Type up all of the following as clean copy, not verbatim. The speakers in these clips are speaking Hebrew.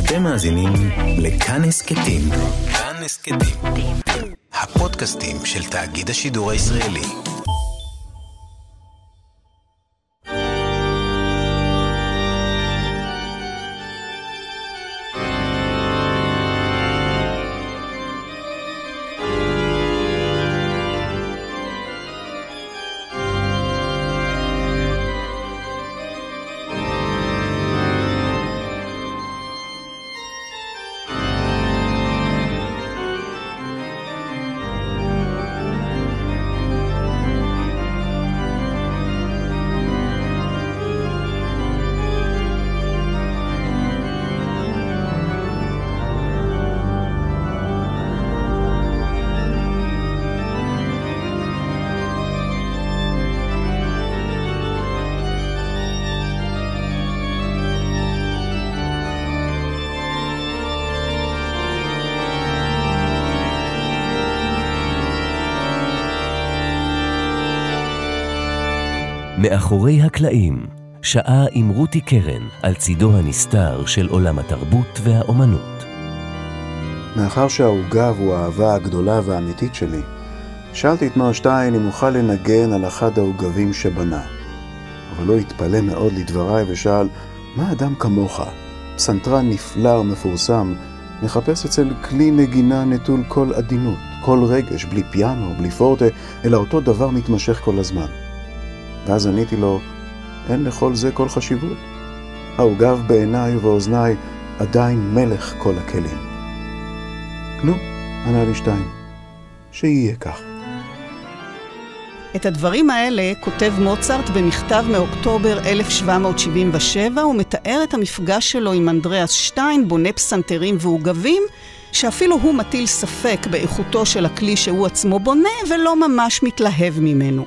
אתם מאזינים לכאן הסקטים. כאן הסקטים. הפודקאסטים של תאגיד השידור הישראלי. מאחורי הקלעים, שעה עם רותי קרן על צידו הנסתר של עולם התרבות והאומנות. מאחר שהעוגב הוא האהבה הגדולה והאמיתית שלי, שאלתי את מר שטיין אם אוכל לנגן על אחד העוגבים שבנה. אבל לא התפלא מאוד לדבריי ושאל, מה אדם כמוך, פסנתרן נפלא ומפורסם, מחפש אצל כלי נגינה נטול כל עדינות, כל רגש, בלי פיאנו, בלי פורטה, אלא אותו דבר מתמשך כל הזמן. ואז עניתי לו, אין לכל זה כל חשיבות. העוגב בעיניי ובאוזניי עדיין מלך כל הכלים. נו, ענה לי שטיין, שיהיה כך. את הדברים האלה כותב מוצרט במכתב מאוקטובר 1777, הוא מתאר את המפגש שלו עם אנדריאס שטיין, בונה פסנתרים ועוגבים, שאפילו הוא מטיל ספק באיכותו של הכלי שהוא עצמו בונה ולא ממש מתלהב ממנו.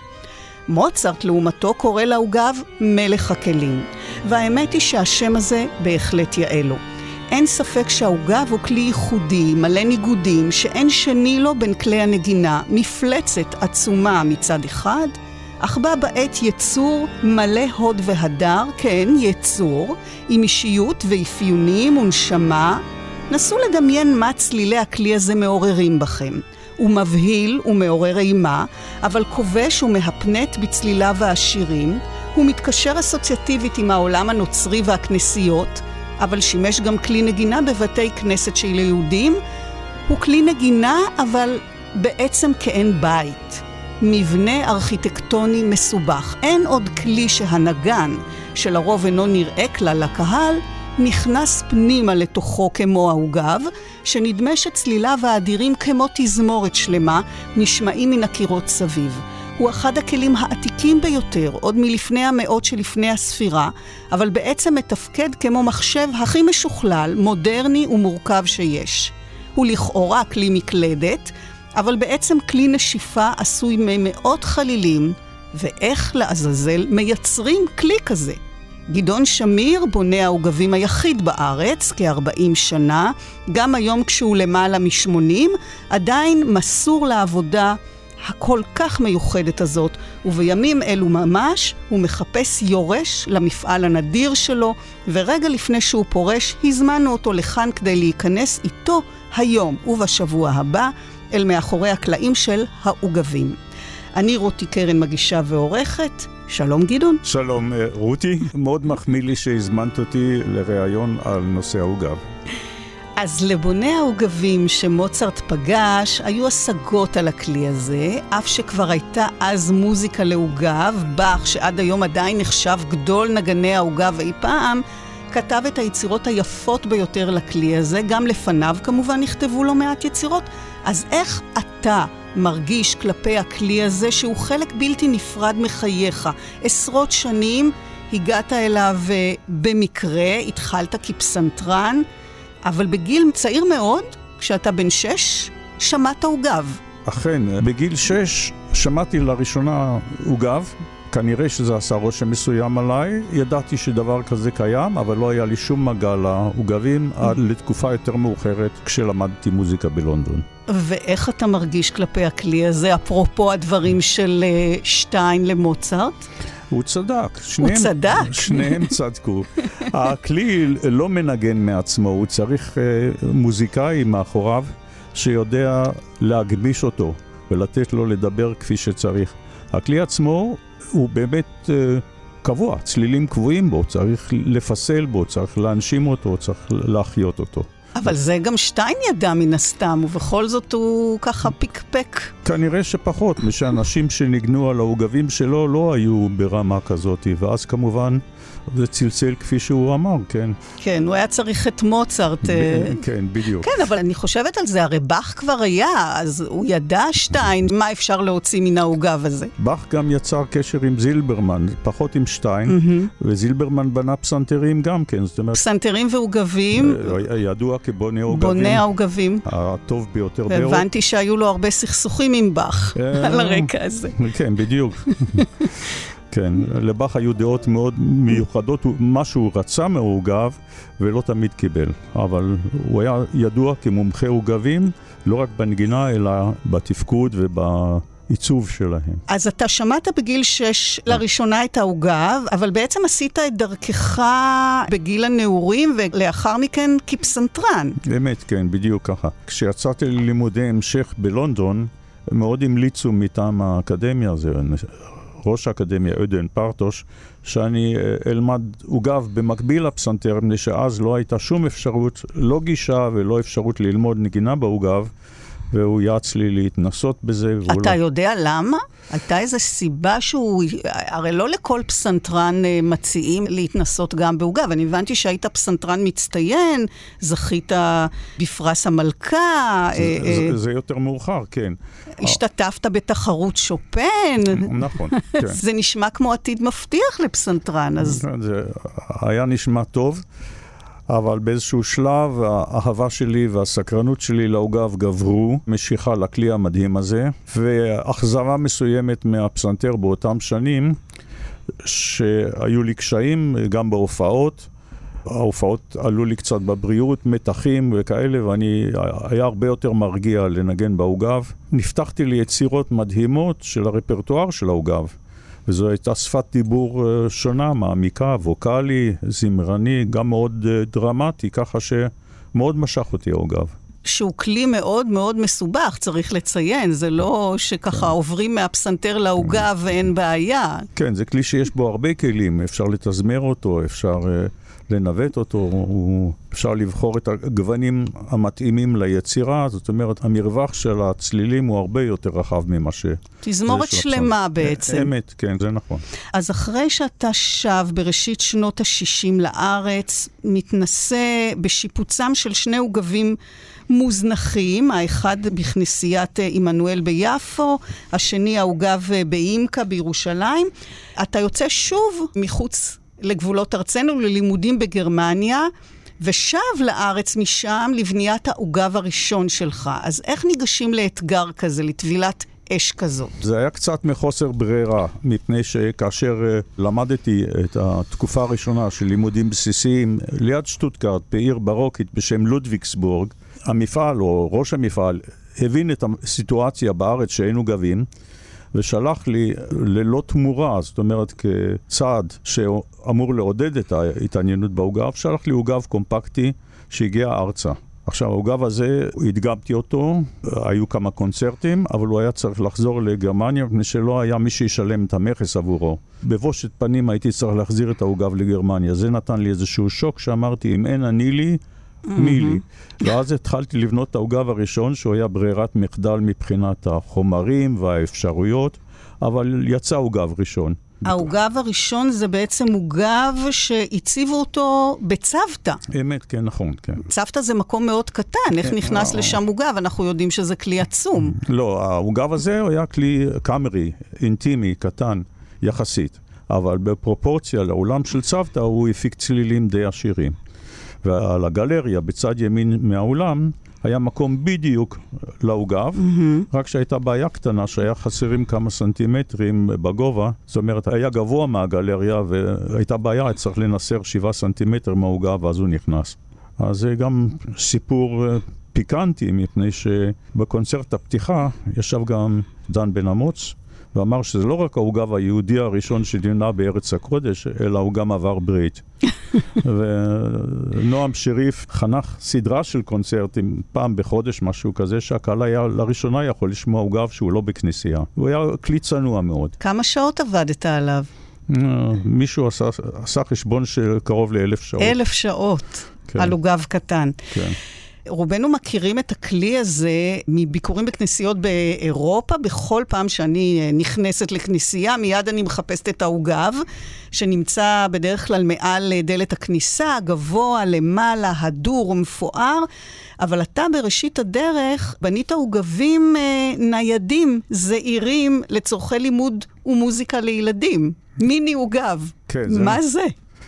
מוצרט לעומתו קורא לעוגב מלך הכלים, והאמת היא שהשם הזה בהחלט יאה לו. אין ספק שהעוגב הוא כלי ייחודי, מלא ניגודים, שאין שני לו בין כלי הנגינה, מפלצת עצומה מצד אחד, אך בה בעת יצור מלא הוד והדר, כן, יצור, עם אישיות ואפיונים ונשמה. נסו לדמיין מה צלילי הכלי הזה מעוררים בכם. הוא מבהיל ומעורר אימה, אבל כובש ומהפנט בצליליו העשירים. הוא מתקשר אסוציאטיבית עם העולם הנוצרי והכנסיות, אבל שימש גם כלי נגינה בבתי כנסת של יהודים. הוא כלי נגינה, אבל בעצם כאין בית. מבנה ארכיטקטוני מסובך. אין עוד כלי שהנגן, שלרוב אינו נראה כלל לקהל, נכנס פנימה לתוכו כמו העוגב, שנדמה שצליליו האדירים כמו תזמורת שלמה נשמעים מן הקירות סביב. הוא אחד הכלים העתיקים ביותר, עוד מלפני המאות שלפני הספירה, אבל בעצם מתפקד כמו מחשב הכי משוכלל, מודרני ומורכב שיש. הוא לכאורה כלי מקלדת, אבל בעצם כלי נשיפה עשוי ממאות חלילים, ואיך לעזאזל מייצרים כלי כזה? גדעון שמיר, בונה העוגבים היחיד בארץ, כ-40 שנה, גם היום כשהוא למעלה מ-80, עדיין מסור לעבודה הכל כך מיוחדת הזאת, ובימים אלו ממש הוא מחפש יורש למפעל הנדיר שלו, ורגע לפני שהוא פורש, הזמנו אותו לכאן כדי להיכנס איתו היום ובשבוע הבא אל מאחורי הקלעים של העוגבים. אני רותי קרן, מגישה ועורכת. שלום גדעון. שלום רותי, מאוד מחמיא לי שהזמנת אותי לראיון על נושא העוגב. אז לבוני העוגבים שמוצרט פגש, היו השגות על הכלי הזה, אף שכבר הייתה אז מוזיקה לעוגב. באך, שעד היום עדיין נחשב גדול נגני העוגב אי פעם, כתב את היצירות היפות ביותר לכלי הזה, גם לפניו כמובן נכתבו לו מעט יצירות. אז איך אתה מרגיש כלפי הכלי הזה שהוא חלק בלתי נפרד מחייך? עשרות שנים הגעת אליו במקרה, התחלת כפסנתרן, אבל בגיל צעיר מאוד, כשאתה בן 6, שמעת עוגב. אכן, בגיל 6 שמעתי לראשונה עוגב, כנראה שזה עשה רושם מסוים עליי, ידעתי שדבר כזה קיים, אבל לא היה לי שום מגע לעוגבים עד לתקופה יותר מאוחרת כשלמדתי מוזיקה בלונדון. ואיך אתה מרגיש כלפי הכלי הזה, אפרופו הדברים של שטיין למוצרט? הוא צדק. שניהם צדקו. הכלי לא מנגן מעצמו, הוא צריך מוזיקאי מאחוריו שיודע להגמיש אותו ולתת לו לדבר כפי שצריך. הכלי עצמו הוא באמת קבוע, צלילים קבועים בו, צריך לפסל בו, צריך להנשים אותו, צריך להחיות אותו. אבל זה גם שטיין ידע מן הסתם, ובכל זאת הוא ככה פיקפק. כנראה שפחות, משאנשים שניגנו על העוגבים שלו לא היו ברמה כזאת, ואז כמובן זה צלצל כפי שהוא אמר, כן. כן, הוא היה צריך את מוצרט. כן, בדיוק. כן, אבל אני חושבת על זה, הרי באך כבר היה, אז הוא ידע שטיין, מה אפשר להוציא מן העוגב הזה? באך גם יצר קשר עם זילברמן, פחות עם שטיין, וזילברמן בנה פסנתרים גם כן, זאת אומרת... פסנתרים ועוגבים. ידוע כבונה עוגבים. בונה העוגבים. הטוב ביותר באירופה. והבנתי שהיו לו הרבה סכסוכים עם באך, על הרקע הזה. כן, בדיוק. כן, לבאך היו דעות מאוד מיוחדות, מה שהוא רצה מעוגב ולא תמיד קיבל, אבל הוא היה ידוע כמומחה עוגבים, לא רק בנגינה אלא בתפקוד ובעיצוב שלהם. אז אתה שמעת בגיל 6 לראשונה את העוגב, אבל בעצם עשית את דרכך בגיל הנעורים ולאחר מכן כפסנתרן. באמת, כן, בדיוק ככה. כשיצאתי ללימודי המשך בלונדון, מאוד המליצו מטעם האקדמיה, זה ראש האקדמיה עדן פרטוש, שאני אלמד עוגב במקביל לפסנתר, מפני שאז לא הייתה שום אפשרות, לא גישה ולא אפשרות ללמוד נגינה בעוגב, והוא יעץ לי להתנסות בזה. אתה יודע למה? הייתה איזו סיבה שהוא, הרי לא לכל פסנתרן מציעים להתנסות גם בעוגב. אני הבנתי שהיית פסנתרן מצטיין, זכית בפרס המלכה. זה יותר מאוחר, כן. השתתפת בתחרות שופן. נכון, כן. זה נשמע כמו עתיד מבטיח לפסנתרן. זה היה נשמע טוב. אבל באיזשהו שלב האהבה שלי והסקרנות שלי לעוגב גברו, משיכה לכלי המדהים הזה, ואחזרה מסוימת מהפסנתר באותם שנים, שהיו לי קשיים גם בהופעות. ההופעות עלו לי קצת בבריאות, מתחים וכאלה, ואני היה הרבה יותר מרגיע לנגן בעוגב. נפתחתי לי יצירות מדהימות של הרפרטואר של העוגב. וזו הייתה שפת דיבור שונה, מעמיקה, ווקלי, זמרני, גם מאוד דרמטי, ככה שמאוד משך אותי העוגב. שהוא כלי מאוד מאוד מסובך, צריך לציין, זה לא שככה עוברים מהפסנתר לעוגב ואין בעיה. כן, זה כלי שיש בו הרבה כלים, אפשר לתזמר אותו, אפשר לנווט אותו, אפשר לבחור את הגוונים המתאימים ליצירה, זאת אומרת, המרווח של הצלילים הוא הרבה יותר רחב ממה ש... תזמורת שלמה בעצם. אמת, כן, זה נכון. אז אחרי שאתה שב בראשית שנות ה-60 לארץ, מתנסה בשיפוצם של שני עוגבים מוזנחים, האחד בכנסיית עמנואל ביפו, השני העוגב באימקה בירושלים. אתה יוצא שוב מחוץ לגבולות ארצנו, ללימודים בגרמניה, ושב לארץ משם לבניית העוגב הראשון שלך. אז איך ניגשים לאתגר כזה, לטבילת אש כזאת? זה היה קצת מחוסר ברירה, מפני שכאשר למדתי את התקופה הראשונה של לימודים בסיסיים, ליד שטוטגרט, בעיר ברוקית בשם לודוויגסבורג, המפעל או ראש המפעל הבין את הסיטואציה בארץ שאין עוגבים, ושלח לי ללא תמורה, זאת אומרת כצעד שאמור לעודד את ההתעניינות בעוגב, שלח לי עוגב קומפקטי שהגיע ארצה. עכשיו, העוגב הזה, הדגמתי אותו, היו כמה קונצרטים, אבל הוא היה צריך לחזור לגרמניה, מפני שלא היה מי שישלם את המכס עבורו. בבושת פנים הייתי צריך להחזיר את העוגב לגרמניה. זה נתן לי איזשהו שוק שאמרתי, אם אין אני לי, מי לי. ואז התחלתי לבנות את העוגב הראשון, שהוא היה ברירת מחדל מבחינת החומרים והאפשרויות, אבל יצא עוגב ראשון. העוגב הראשון זה בעצם עוגב שהציבו אותו בצוותא. אמת, כן, נכון, כן. צוותא זה מקום מאוד קטן, איך נכנס לשם עוגב? אנחנו יודעים שזה כלי עצום. לא, העוגב הזה היה כלי קאמרי, אינטימי, קטן, יחסית. אבל בפרופורציה לעולם של צוותא הוא הפיק צלילים די עשירים. ועל הגלריה בצד ימין מהאולם היה מקום בדיוק לעוגב, רק שהייתה בעיה קטנה שהיה חסרים כמה סנטימטרים בגובה, זאת אומרת היה גבוה מהגלריה והייתה בעיה, צריך לנסר 7 סנטימטר מהעוגב ואז הוא נכנס. אז זה גם סיפור פיקנטי, מפני שבקונצרט הפתיחה ישב גם דן בן אמוץ, ואמר שזה לא רק העוגב היהודי הראשון שנבנה בארץ הקודש, אלא הוא גם עבר ברית. ונועם שריף חנך סדרה של קונצרטים, פעם בחודש, משהו כזה, שהקהל היה לראשונה יכול לשמוע עוגב שהוא לא בכנסייה. הוא היה כלי צנוע מאוד. כמה שעות עבדת עליו? מישהו עשה חשבון של קרוב ל1,000 שעות. 1,000 שעות, כן. על עוגב קטן. כן. רובנו מכירים את הכלי הזה מביקורים בכנסיות באירופה. בכל פעם שאני נכנסת לכנסייה, מיד אני מחפשת את העוגב, שנמצא בדרך כלל מעל דלת הכניסה, גבוה, למעלה, הדור ומפואר. אבל אתה בראשית הדרך בנית עוגבים ניידים, זעירים, לצורכי לימוד ומוזיקה לילדים. מיני עוגב. כן, מה זה?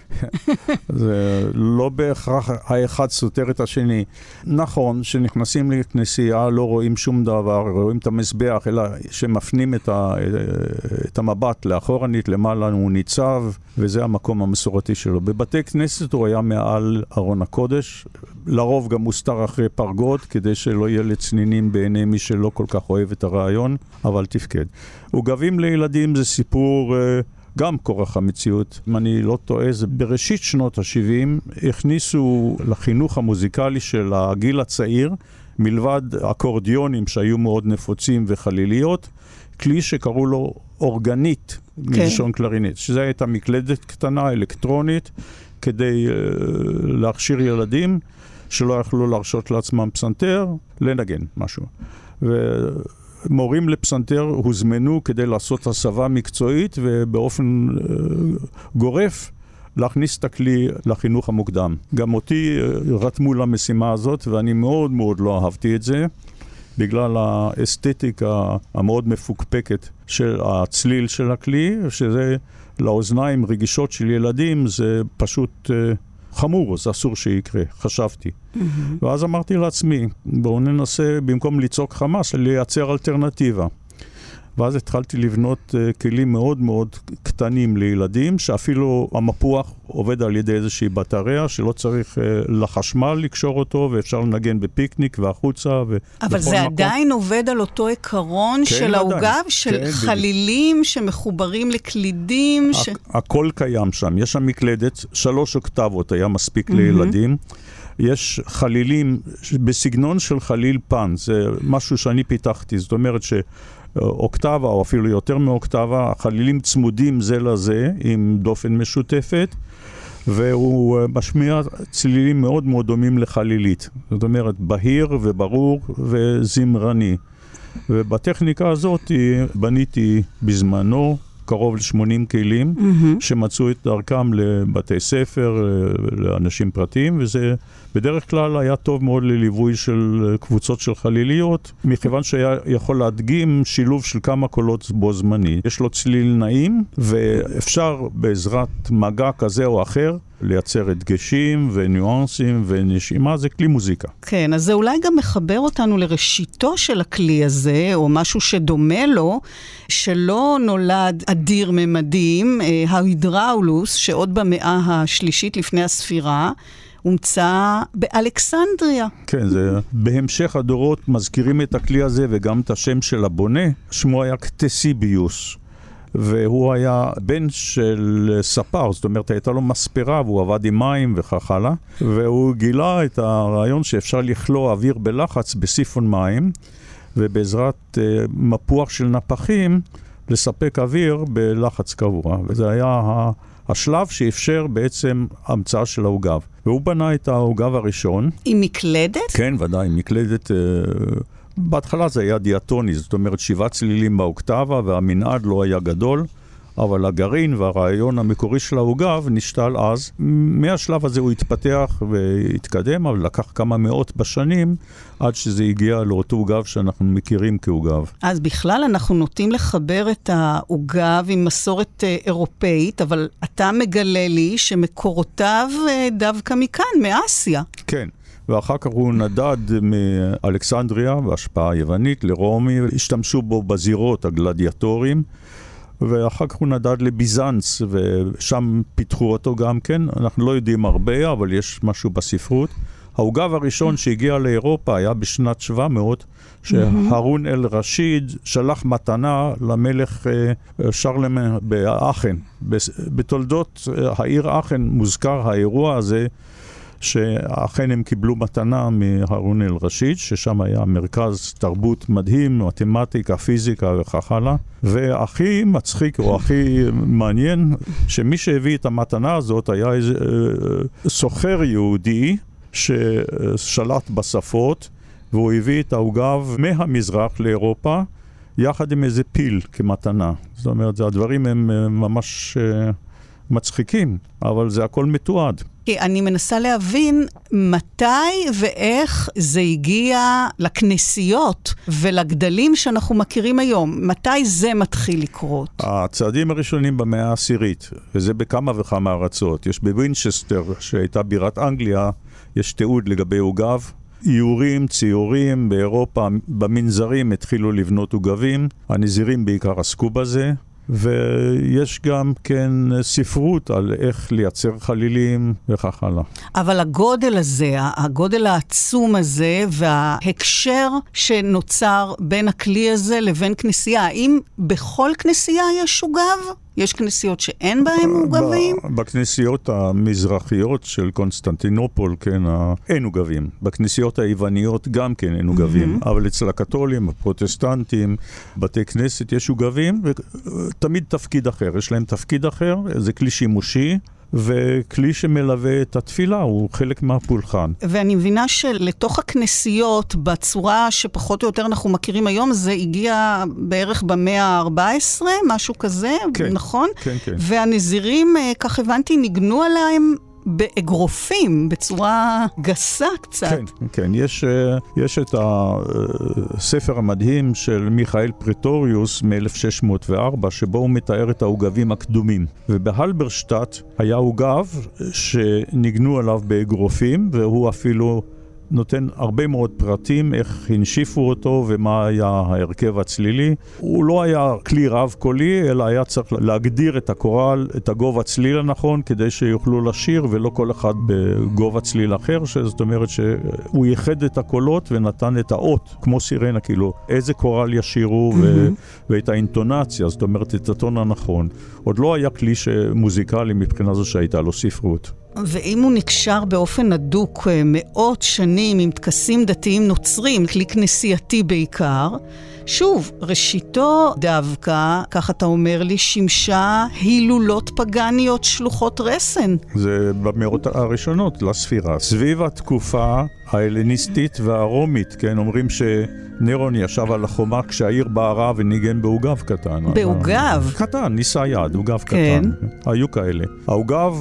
זה לא בהכרח האחד סותר את השני. נכון שנכנסים לכנסייה לא רואים שום דבר, רואים את המזבח, אלא שמפנים את המבט לאחורנית, למעלה הוא ניצב, וזה המקום המסורתי שלו. בבתי כנסת הוא היה מעל ארון הקודש, לרוב גם מוסתר אחרי פרגות, כדי שלא יהיה לצנינים בעיני מי שלא כל כך אוהב את הרעיון, אבל תפקד. עוגבים לילדים זה סיפור גם כורח המציאות. אם אני לא טועה, זה בראשית שנות ה-70 הכניסו לחינוך המוזיקלי של הגיל הצעיר, מלבד אקורדיונים שהיו מאוד נפוצים וחליליות, כלי שקראו לו אורגנית, מלשון קלרינית, שזה הייתה מקלדת קטנה, אלקטרונית, כדי להכשיר ילדים שלא יכלו להרשות לעצמם פסנתר, לנגן משהו. מורים לפסנתר הוזמנו כדי לעשות הסבה מקצועית, ובאופן גורף להכניס את הכלי לחינוך המוקדם. גם אותי רתמו למשימה הזאת, ואני מאוד מאוד לא אהבתי את זה, בגלל האסתטיקה המאוד מפוקפקת של הצליל של הכלי, שזה לאוזניים רגישות של ילדים, זה פשוט חמור, זה אסור שיקרה, חשבתי. ואז אמרתי לעצמי, בואו ננסה במקום לצעוק חמאס, לייצר אלטרנטיבה. ואז התחלתי לבנות כלים מאוד מאוד קטנים לילדים, שאפילו המפוח עובד על ידי איזושהי בטריה, שלא צריך לחשמל לקשור אותו, ואפשר לנגן בפיקניק והחוצה. אבל זה מקום. עדיין עובד על אותו עיקרון כן, של העוגב, של כן, חלילים בדיוק. שמחוברים לקלידים. הכל קיים שם. יש שם מקלדת, 3 אוקטבות היה מספיק לילדים. יש חלילים בסגנון של חליל פן, זה משהו שאני פיתחתי, זאת אומרת אוקטבה, או אפילו יותר מאוקטבה, החלילים צמודים זה לזה, עם דופן משותפת, והוא משמיע צלילים מאוד מאוד דומים לחלילית. זאת אומרת, בהיר וברור וזמרני. ובטכניקה הזאת בניתי בזמנו קרוב ל80 כלים, שמצאו את דרכם לבתי ספר, לאנשים פרטיים, וזה בדרך כלל היה טוב מאוד לליווי של קבוצות של חליליות, מכיוון שהיה יכול להדגים שילוב של כמה קולות בו זמני. יש לו צליל נעים, ואפשר בעזרת מגע כזה או אחר, לייצר הדגשים וניואנסים ונשימה, זה כלי מוזיקה. כן, אז זה אולי גם מחבר אותנו לראשיתו של הכלי הזה, או משהו שדומה לו, שלא נולד אדיר ממדים, ההידראולוס, שעוד במאה השלישית לפני הספירה, הומצא באלכסנדריה. כן, זה בהמשך הדורות מזכירים את הכלי הזה, וגם את השם של הבונה, שמו היה קטסיביוס. והוא היה בן של ספר, זאת אומרת, הייתה לו מספרה, והוא עבד עם מים וכך הלאה, והוא גילה את הרעיון שאפשר לכלוא אוויר בלחץ בסיפון מים, ובעזרת מפוח של נפחים, לספק אוויר בלחץ קבוע. וזה היה השלב שאפשר בעצם המצאה של העוגב. והוא בנה את העוגב הראשון. עם מקלדת? כן, ודאי, מקלדת. בהתחלה זה היה דיאטוני, זאת אומרת 7 צלילים באוקטבה, והמנעד לא היה גדול, אבל הגרעין והרעיון המקורי של העוגב נשתל אז. מהשלב הזה הוא התפתח והתקדם, אבל לקח כמה מאות בשנים, עד שזה הגיע לאותו עוגב שאנחנו מכירים כעוגב. אז בכלל אנחנו נוטים לחבר את העוגב עם מסורת אירופאית, אבל אתה מגלה לי שמקורותיו דווקא מכאן, מאסיה. כן. ואחר כך הוא נדד מאלכסנדריה, בהשפעה היוונית, לרומי, השתמשו בו בזירות הגלדיאטורים, ואחר כך הוא נדד לביזנץ, ושם פיתחו אותו גם כן. אנחנו לא יודעים הרבה, אבל יש משהו בספרות. העוגב הראשון שהגיע לאירופה היה בשנת 700, שהרון אל רשיד שלח מתנה למלך שרלמן באחן. בתולדות העיר אחן מוזכר האירוע הזה, שאכן הם קיבלו מתנה מהרון אל רשיד, ששם היה מרכז תרבות מדהים, מתמטיקה, פיזיקה וכך הלאה. והכי מצחיק או הכי מעניין, שמי שהביא את המתנה הזאת היה איזה סוחר יהודי ששלט בשפות, והוא הביא את העוגב מהמזרח לאירופה, יחד עם איזה פיל כמתנה. זאת אומרת, הדברים הם ממש מצחיקים, אבל זה הכל מתועד. אני מנסה להבין מתי ואיך זה הגיע לכנסיות ולגדלים שאנחנו מכירים היום. מתי זה מתחיל לקרות? הצעדים הראשונים במאה העשירית, וזה בכמה וכמה ארצות. יש בווינצ'סטר, שהייתה בירת אנגליה, יש תיעוד לגבי עוגב. איורים, ציורים באירופה, במנזרים התחילו לבנות עוגבים. הנזירים בעיקר עסקו בזה. ויש גם כן ספרות על איך לייצר חלילים וכך הלאה. אבל הגודל הזה, הגודל העצום הזה וההקשר שנוצר בין הכלי הזה לבין כנסייה, האם בכל כנסייה יש עוגב? יש כנסיות שאין בהם עוגבים? בכנסיות המזרחיות של קונסטנטינופול, כן, אין עוגבים. בכנסיות היווניות גם כן אין עוגבים. אבל אצל הקתולים, הפרוטסטנטים, בתי כנסת יש עוגבים, ותמיד תפקיד אחר. יש להם תפקיד אחר, זה כלי שימושי, וכלי שמלווה את התפילה, הוא חלק מהפולחן. ואני מבינה שלתוך הכנסיות, בצורה שפחות או יותר אנחנו מכירים היום, זה הגיע בערך במאה ה-14, משהו כזה, כן, נכון? כן, כן. והנזירים, כך הבנתי, ניגנו עליהם באגרופים, בצורה גסה קצת. כן, כן. יש את הספר המדהים של מיכאל פרטוריוס מ-1604, שבו הוא מתאר את העוגבים הקדומים. ובהלברשטאט היה עוגב שניגנו עליו באגרופים, והוא אפילו נותן הרבה מאוד פרטים, איך הנשיפו אותו ומה היה ההרכב הצלילי. הוא לא היה כלי רב קולי, אלא היה צריך להגדיר את הקורל, את הגובה צליל הנכון, כדי שיוכלו לשיר, ולא כל אחד בגובה צליל אחר, זאת אומרת שהוא ייחד את הקולות ונתן את האות, כמו סירנה, כאילו, איזה קורל ישירו ואת האינטונציה, זאת אומרת, את הטון הנכון. עוד לא היה כלי מוזיקלי מבחינה זו שהייתה לו ספרות. ואם הוא נקשר באופן הדוק מאות שנים עם טקסים דתיים נוצרים, כלי כנסייתי בעיקר, שוב, ראשיתו דווקא, כך אתה אומר לי, שימשה הילולות פגניות שלוחות רסן. זה במאות הראשונות לספירה. סביב התקופה ההלניסטית והרומית, כן, אומרים שנירון ישב על החומה כשהעיר בערה וניגן בעוגב קטן. בעוגב? קטן, ניסה יד, עוגב קטן. היו כאלה. העוגב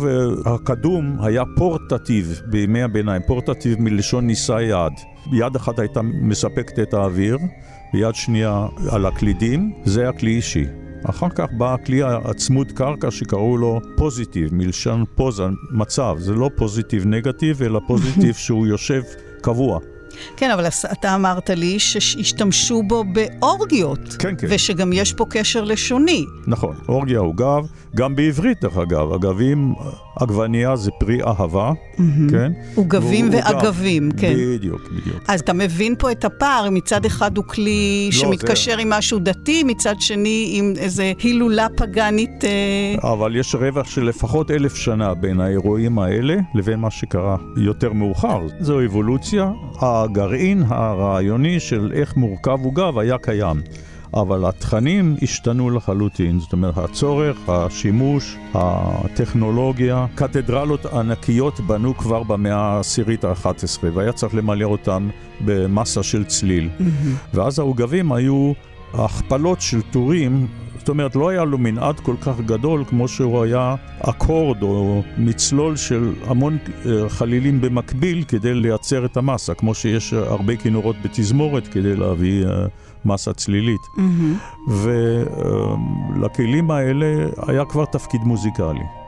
הקדום היה פורטטיב בימי הביניים, פורטטיב מלשון ניסה יד. יד אחת הייתה מספקת את האוויר, ביד שנייה על הקלידים, זה היה כלי אישי. אחר כך בא הכלי הצמוד קרקע שקראו לו פוזיטיב, מלשון פוזה, מצב. זה לא פוזיטיב נגטיב, אלא פוזיטיב שהוא יושב קבוע. כן, אבל אתה אמרת לי שהשתמשו בו באורגיות. כן, כן. ושגם יש פה קשר לשוני. נכון, אורגיה הוא גב, גם בעברית דרך אגב. אגבים, עגבנייה זה פרי אהבה, כן? עוגבים ואגבים, כן. בדיוק, בדיוק. אז אתה מבין פה את הפער, מצד אחד הוא כלי שמתקשר עם משהו דתי, מצד שני עם איזה הילולה פגנית. אבל יש רווח של לפחות 1000 שנה בין האירועים האלה לבין מה שקרה יותר מאוחר. זו אבולוציה. הגרעין הרעיוני של איך מורכב עוגב היה קיים. אבל התכנים השתנו לחלוטין, זאת אומרת, הצורך, השימוש, הטכנולוגיה, קתדרלות ענקיות בנו כבר במאה העשירית ה-11, והיה צריך למלא אותם במסה של צליל. ואז העוגבים היו הכפלות של טורים, זאת אומרת, לא היה לו מנעד כל כך גדול כמו שהוא היה אקורד או מצלול של המון חלילים במקביל כדי לייצר את המסה, כמו שיש הרבה כינורות בתזמורת כדי להביא מסה צלילית. ולכלים האלה היה כבר תפקיד מוזיקלי.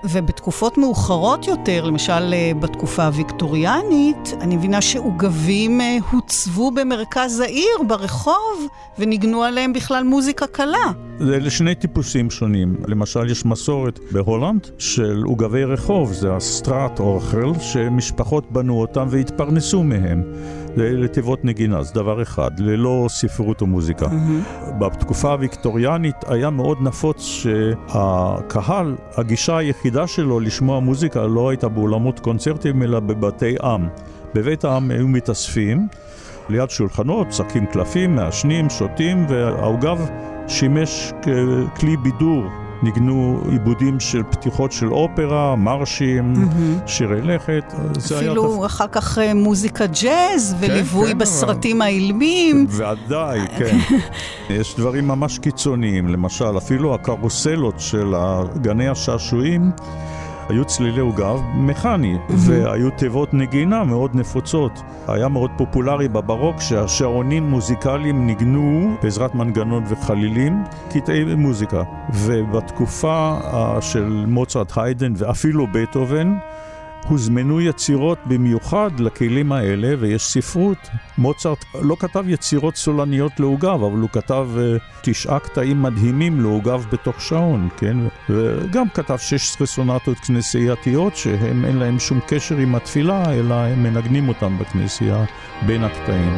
ובתקופות מאוחרות יותר, למשל בתקופה הוויקטוריאנית, אני מבינה שעוגבים הוצבו במרכז העיר, ברחוב, וניגנו עליהם בכלל מוזיקה קלה. זה לשני טיפוסים שונים. למשל, יש מסורת בהולנד של עוגבי רחוב, זה הסטראט אורכל, שמשפחות בנו אותם והתפרנסו מהם. זה לתיבות נגינה, זה דבר אחד, ללא ספרות או מוזיקה. בתקופה הוויקטוריאנית היה מאוד נפוץ שהקהל, הגישה היחידה שלו לשמוע מוזיקה לא הייתה באולמות קונצרטים, אלא בבתי עם. בבית העם היו מתאספים, ליד שולחנות, שקים קלפים, מעשנים, שותים, והעוגב שימש ככלי בידור. ניגנו עיבודים של פתיחות של אופרה, מרשים, שירי לכת. אפילו אחר כך מוזיקה ג'אז וליווי בסרטים האילמים. ועדיי, כן. יש דברים ממש קיצוניים. למשל, אפילו הקרוסלות של גני השעשועים, היו צלילי עוגב מכני, והיו תיבות נגינה מאוד נפוצות. היה מאוד פופולרי בברוק שהשעונים מוזיקליים ניגנו בעזרת מנגנון וחלילים, קטעי מוזיקה. ובתקופה של מוצרט, היידן ואפילו בטהובן, הוזמנו יצירות במיוחד לכלים האלה, ויש ספרות. מוצרט לא כתב יצירות סולניות לעוגב, אבל הוא כתב 9 קטעים מדהימים לעוגב בתוך שעון, כן? וגם כתב 16 סונטות כנסייתיות, שהם אין להם שום קשר עם התפילה, אלא הם מנגנים אותם בכנסייה בין הקטעים.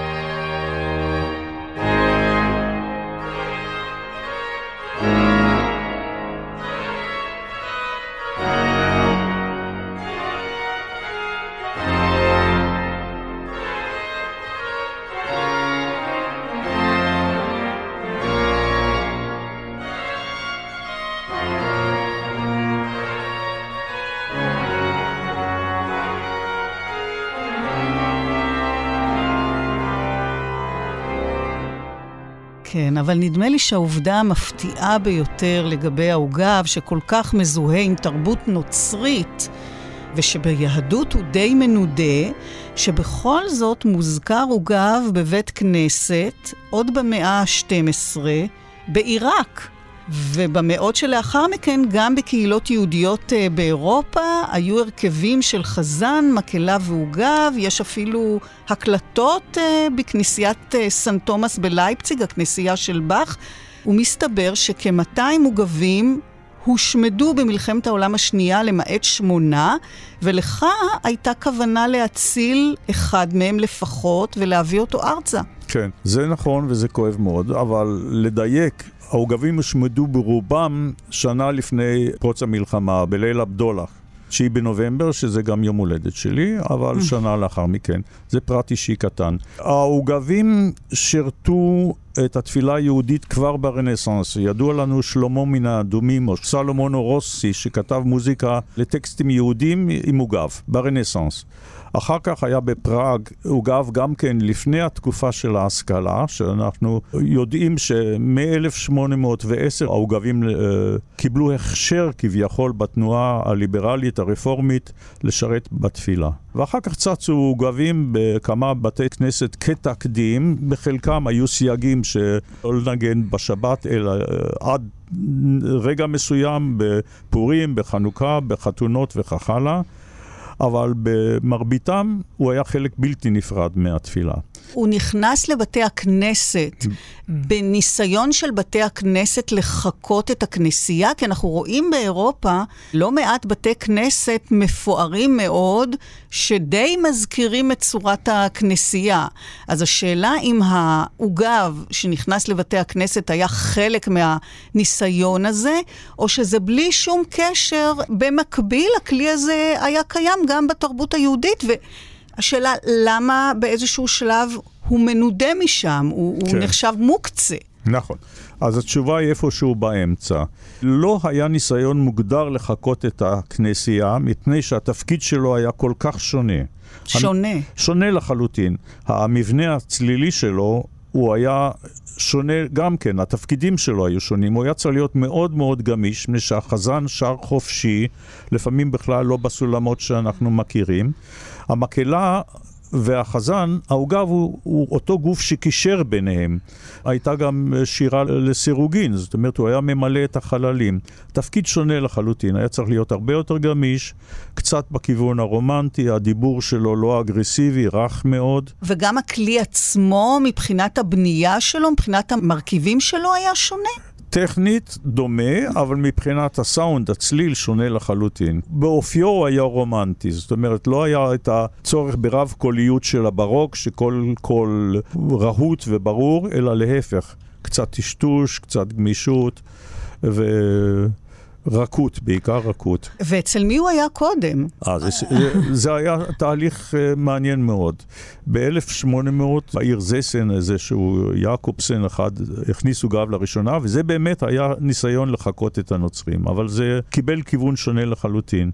כן, אבל נדמה לי שהעובדה המפתיעה ביותר לגבי העוגב, שכל כך מזוהה עם תרבות נוצרית, ושביהדות הוא די מנודה, שבכל זאת מוזכר עוגב בבית כנסת, עוד במאה ה-12, בעיראק. ובמאות שלאחר מכן, גם בקהילות יהודיות באירופה, היו הרכבים של חזן, מקהלה ועוגב. יש אפילו הקלטות בכנסיית סן תומאס בלייפציג, הכנסייה של באך, ומסתבר שכ-200 עוגבים הושמדו במלחמת העולם השנייה למעט 8, ולך הייתה כוונה להציל אחד מהם לפחות ולהביא אותו ארצה. כן, זה נכון וזה כואב מאוד, אבל לדייק, העוגבים הושמדו ברובם שנה לפני פרוץ המלחמה, בליל הבדולח, 9 בנובמבר, שזה גם יום הולדת שלי, אבל שנה לאחר מכן. זה פרט אישי קטן. העוגבים שרתו את התפילה היהודית כבר ברנסנס. ידוע לנו שלמה מן האדומים, או סלומונו רוסי, שכתב מוזיקה לטקסטים יהודים עם עוגב, ברנסנס. אחר כך היה בפראג עוגב גם כן לפני התקופה של ההשכלה, שאנחנו יודעים שמ-1810 העוגבים קיבלו הכשר כביכול בתנועה הליברלית הרפורמית לשרת בתפילה. ואחר כך צצו עוגבים בכמה בתי כנסת כתקדים, בחלקם היו סייגים שלא לנגן בשבת אלא עד רגע מסוים בפורים, בחנוכה, בחתונות וכך הלאה. אבל במרביתם הוא היה חלק בלתי נפרד מהתפילה. הוא נכנס לבתי הכנסת בניסיון של בתי הכנסת לחקות את הכנסייה, כי אנחנו רואים באירופה לא מעט בתי כנסת מפוארים מאוד, שדי מזכירים את צורת הכנסייה. אז השאלה אם העוגב שנכנס לבתי הכנסת היה חלק מהניסיון הזה, או שזה בלי שום קשר, במקביל הכלי הזה היה קיים גם בתרבות היהודית, השאלה, למה באיזשהו שלב הוא מנודה משם, הוא נחשב מוקצה? נכון. אז התשובה היא איפשהו באמצע. לא היה ניסיון מוגדר לחקות את הכנסייה, מפני שהתפקיד שלו היה כל כך שונה. שונה. שונה לחלוטין. המבנה הצלילי שלו, הוא היה שונה גם כן, התפקידים שלו היו שונים, הוא היה צריך להיות מאוד מאוד גמיש, מפני שהחזן שר חופשי, לפעמים בכלל לא בסולמות שאנחנו מכירים. המקהלה והחזן, העוגב הוא אותו גוף שקישר ביניהם. הייתה גם שירה לסירוגין, זאת אומרת, הוא היה ממלא את החללים. תפקיד שונה לחלוטין, היה צריך להיות הרבה יותר גמיש, קצת בכיוון הרומנטי, הדיבור שלו לא אגרסיבי, רך מאוד. וגם הכלי עצמו, מבחינת הבנייה שלו, מבחינת המרכיבים שלו, היה שונה? טכנית דומה, אבל מבחינת הסאונד, הצליל שונה לחלוטין. באופיו הוא היה רומנטי, זאת אומרת, לא היה את הצורך ברב קוליות של הברוק, שכל קול רהוט וברור, אלא להפך. קצת טשטוש, קצת גמישות רכות, בעיקר רכות. ואצל מי הוא היה קודם? זה היה תהליך מעניין מאוד. ב-1800, בעיר זסן, איזשהו יעקובסן אחד, הכניסו גב לראשונה, וזה באמת היה ניסיון לחקות את הנוצרים, אבל זה קיבל כיוון שונה לחלוטין.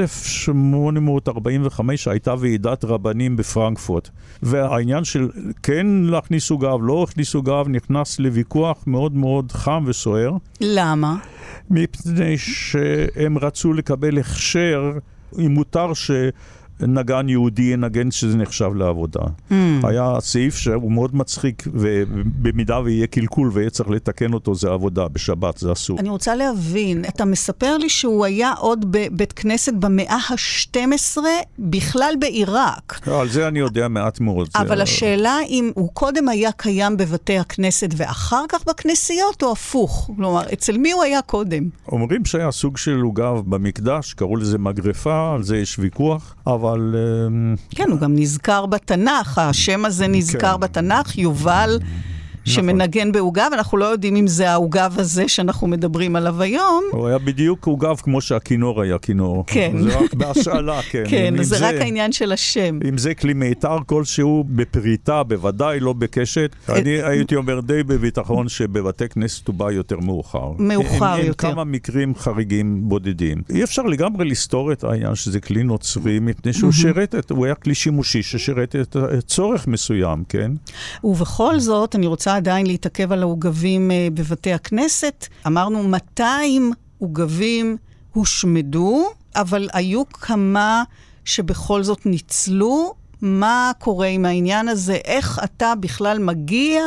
ב-1845 הייתה ועידת רבנים בפרנקפורט, והעניין של כן להכניסו גב, לא הכניסו גב, נכנס לוויכוח מאוד מאוד חם וסוער. למה? מפני שהם רצו לקבל הכשר, אם מותר שנגן יהודי ינגן שזה נחשב לעבודה. היה סעיף שהוא מאוד מצחיק, ובמידה ויהיה קלקול ויהיה צריך לתקן אותו, זה עבודה, בשבת זה אסור. אני רוצה להבין, אתה מספר לי שהוא היה עוד בבית כנסת במאה ה-12, בכלל בעיראק. על זה אני יודע מעט מאוד. אבל השאלה אם הוא קודם היה קיים בבתי הכנסת ואחר כך בכנסיות, או הפוך? כלומר, אצל מי הוא היה קודם? אומרים שהיה סוג של עוגב במקדש, קראו לזה מגרפה, על זה יש ויכוח, אבל... כן, הוא גם נזכר בתנ"ך, השם הזה נזכר בתנ"ך, יובל שמנגן בעוגב, אנחנו לא יודעים אם זה העוגב הזה שאנחנו מדברים עליו היום. הוא היה בדיוק עוגב כמו שהכינור היה כינור. כן. זה רק בהשאלה, כן. כן, זה רק העניין של השם. אם זה כלי מיתר כלשהו בפריטה, בוודאי לא בקשת. אני הייתי אומר די בביטחון שבבתי כנסת הוא בא יותר מאוחר. מאוחר יותר. עם כמה מקרים חריגים בודדים. אי אפשר לגמרי לסתור את העניין שזה כלי נוצרי, מפני שהוא שרת, הוא היה כלי שימושי ששרת את צורך מסוים, כן? ובכל זאת, אני רוצה עדיין להתעכב על העוגבים בבתי הכנסת. אמרנו 200 עוגבים הושמדו, אבל היו כמה שבכל זאת ניצלו. מה קורה עם העניין הזה? איך אתה בכלל מגיע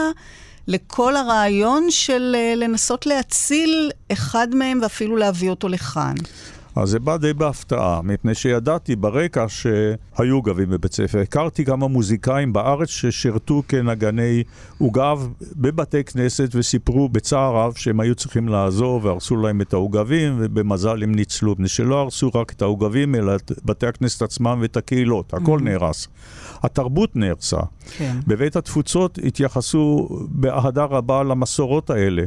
לכל הרעיון של לנסות להציל אחד מהם ואפילו להביא אותו לכאן? אז זה בא די בהפתעה, מפני שידעתי ברקע שהיו עוגבים בבית ספר. הכרתי כמה מוזיקאים בארץ ששירתו כנגני עוגב בבתי כנסת וסיפרו בצער רב שהם היו צריכים לעזור והרסו להם את העוגבים, ובמזל הם ניצלו, מפני שלא הרסו רק את העוגבים אלא את בתי הכנסת עצמם ואת הקהילות, הכל נהרס. התרבות נהרסה. כן. בבית התפוצות התייחסו באהדה רבה למסורות האלה.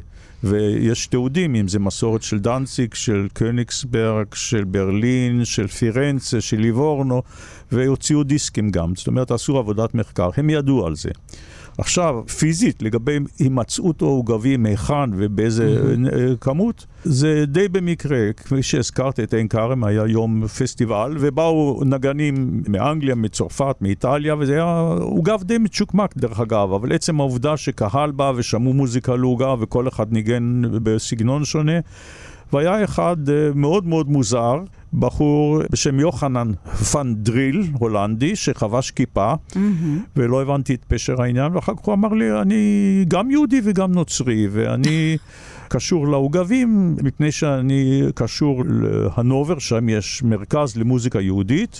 ויש תיעודים, אם זה מסורת של דנציג, של קוניגסברג, של ברלין, של פירנצה, של ליבורנו, והוציאו דיסקים גם. זאת אומרת, עשו עבודת מחקר. הם ידעו על זה. עכשיו, פיזית, לגבי הימצאות או עוגבים, מהיכן ובאיזה כמות, זה די במקרה. כפי שהזכרת את עין כרם, היה יום פסטיבל, ובאו נגנים מאנגליה, מצרפת, מאיטליה, וזה היה עוגב די מצ'וקמק דרך אגב, אבל עצם העובדה שקהל בא ושמעו מוזיקה לעוגב, וכל אחד ניגן בסגנון שונה, והיה אחד מאוד מאוד מוזר, בחור בשם יוחנן פן דריל, הולנדי, שחבש כיפה, ולא הבנתי את פשר העניין, ואחר כך הוא אמר לי, אני גם יהודי וגם נוצרי, ואני קשור לעוגבים, מפני שאני קשור להנובר, שם יש מרכז למוזיקה יהודית,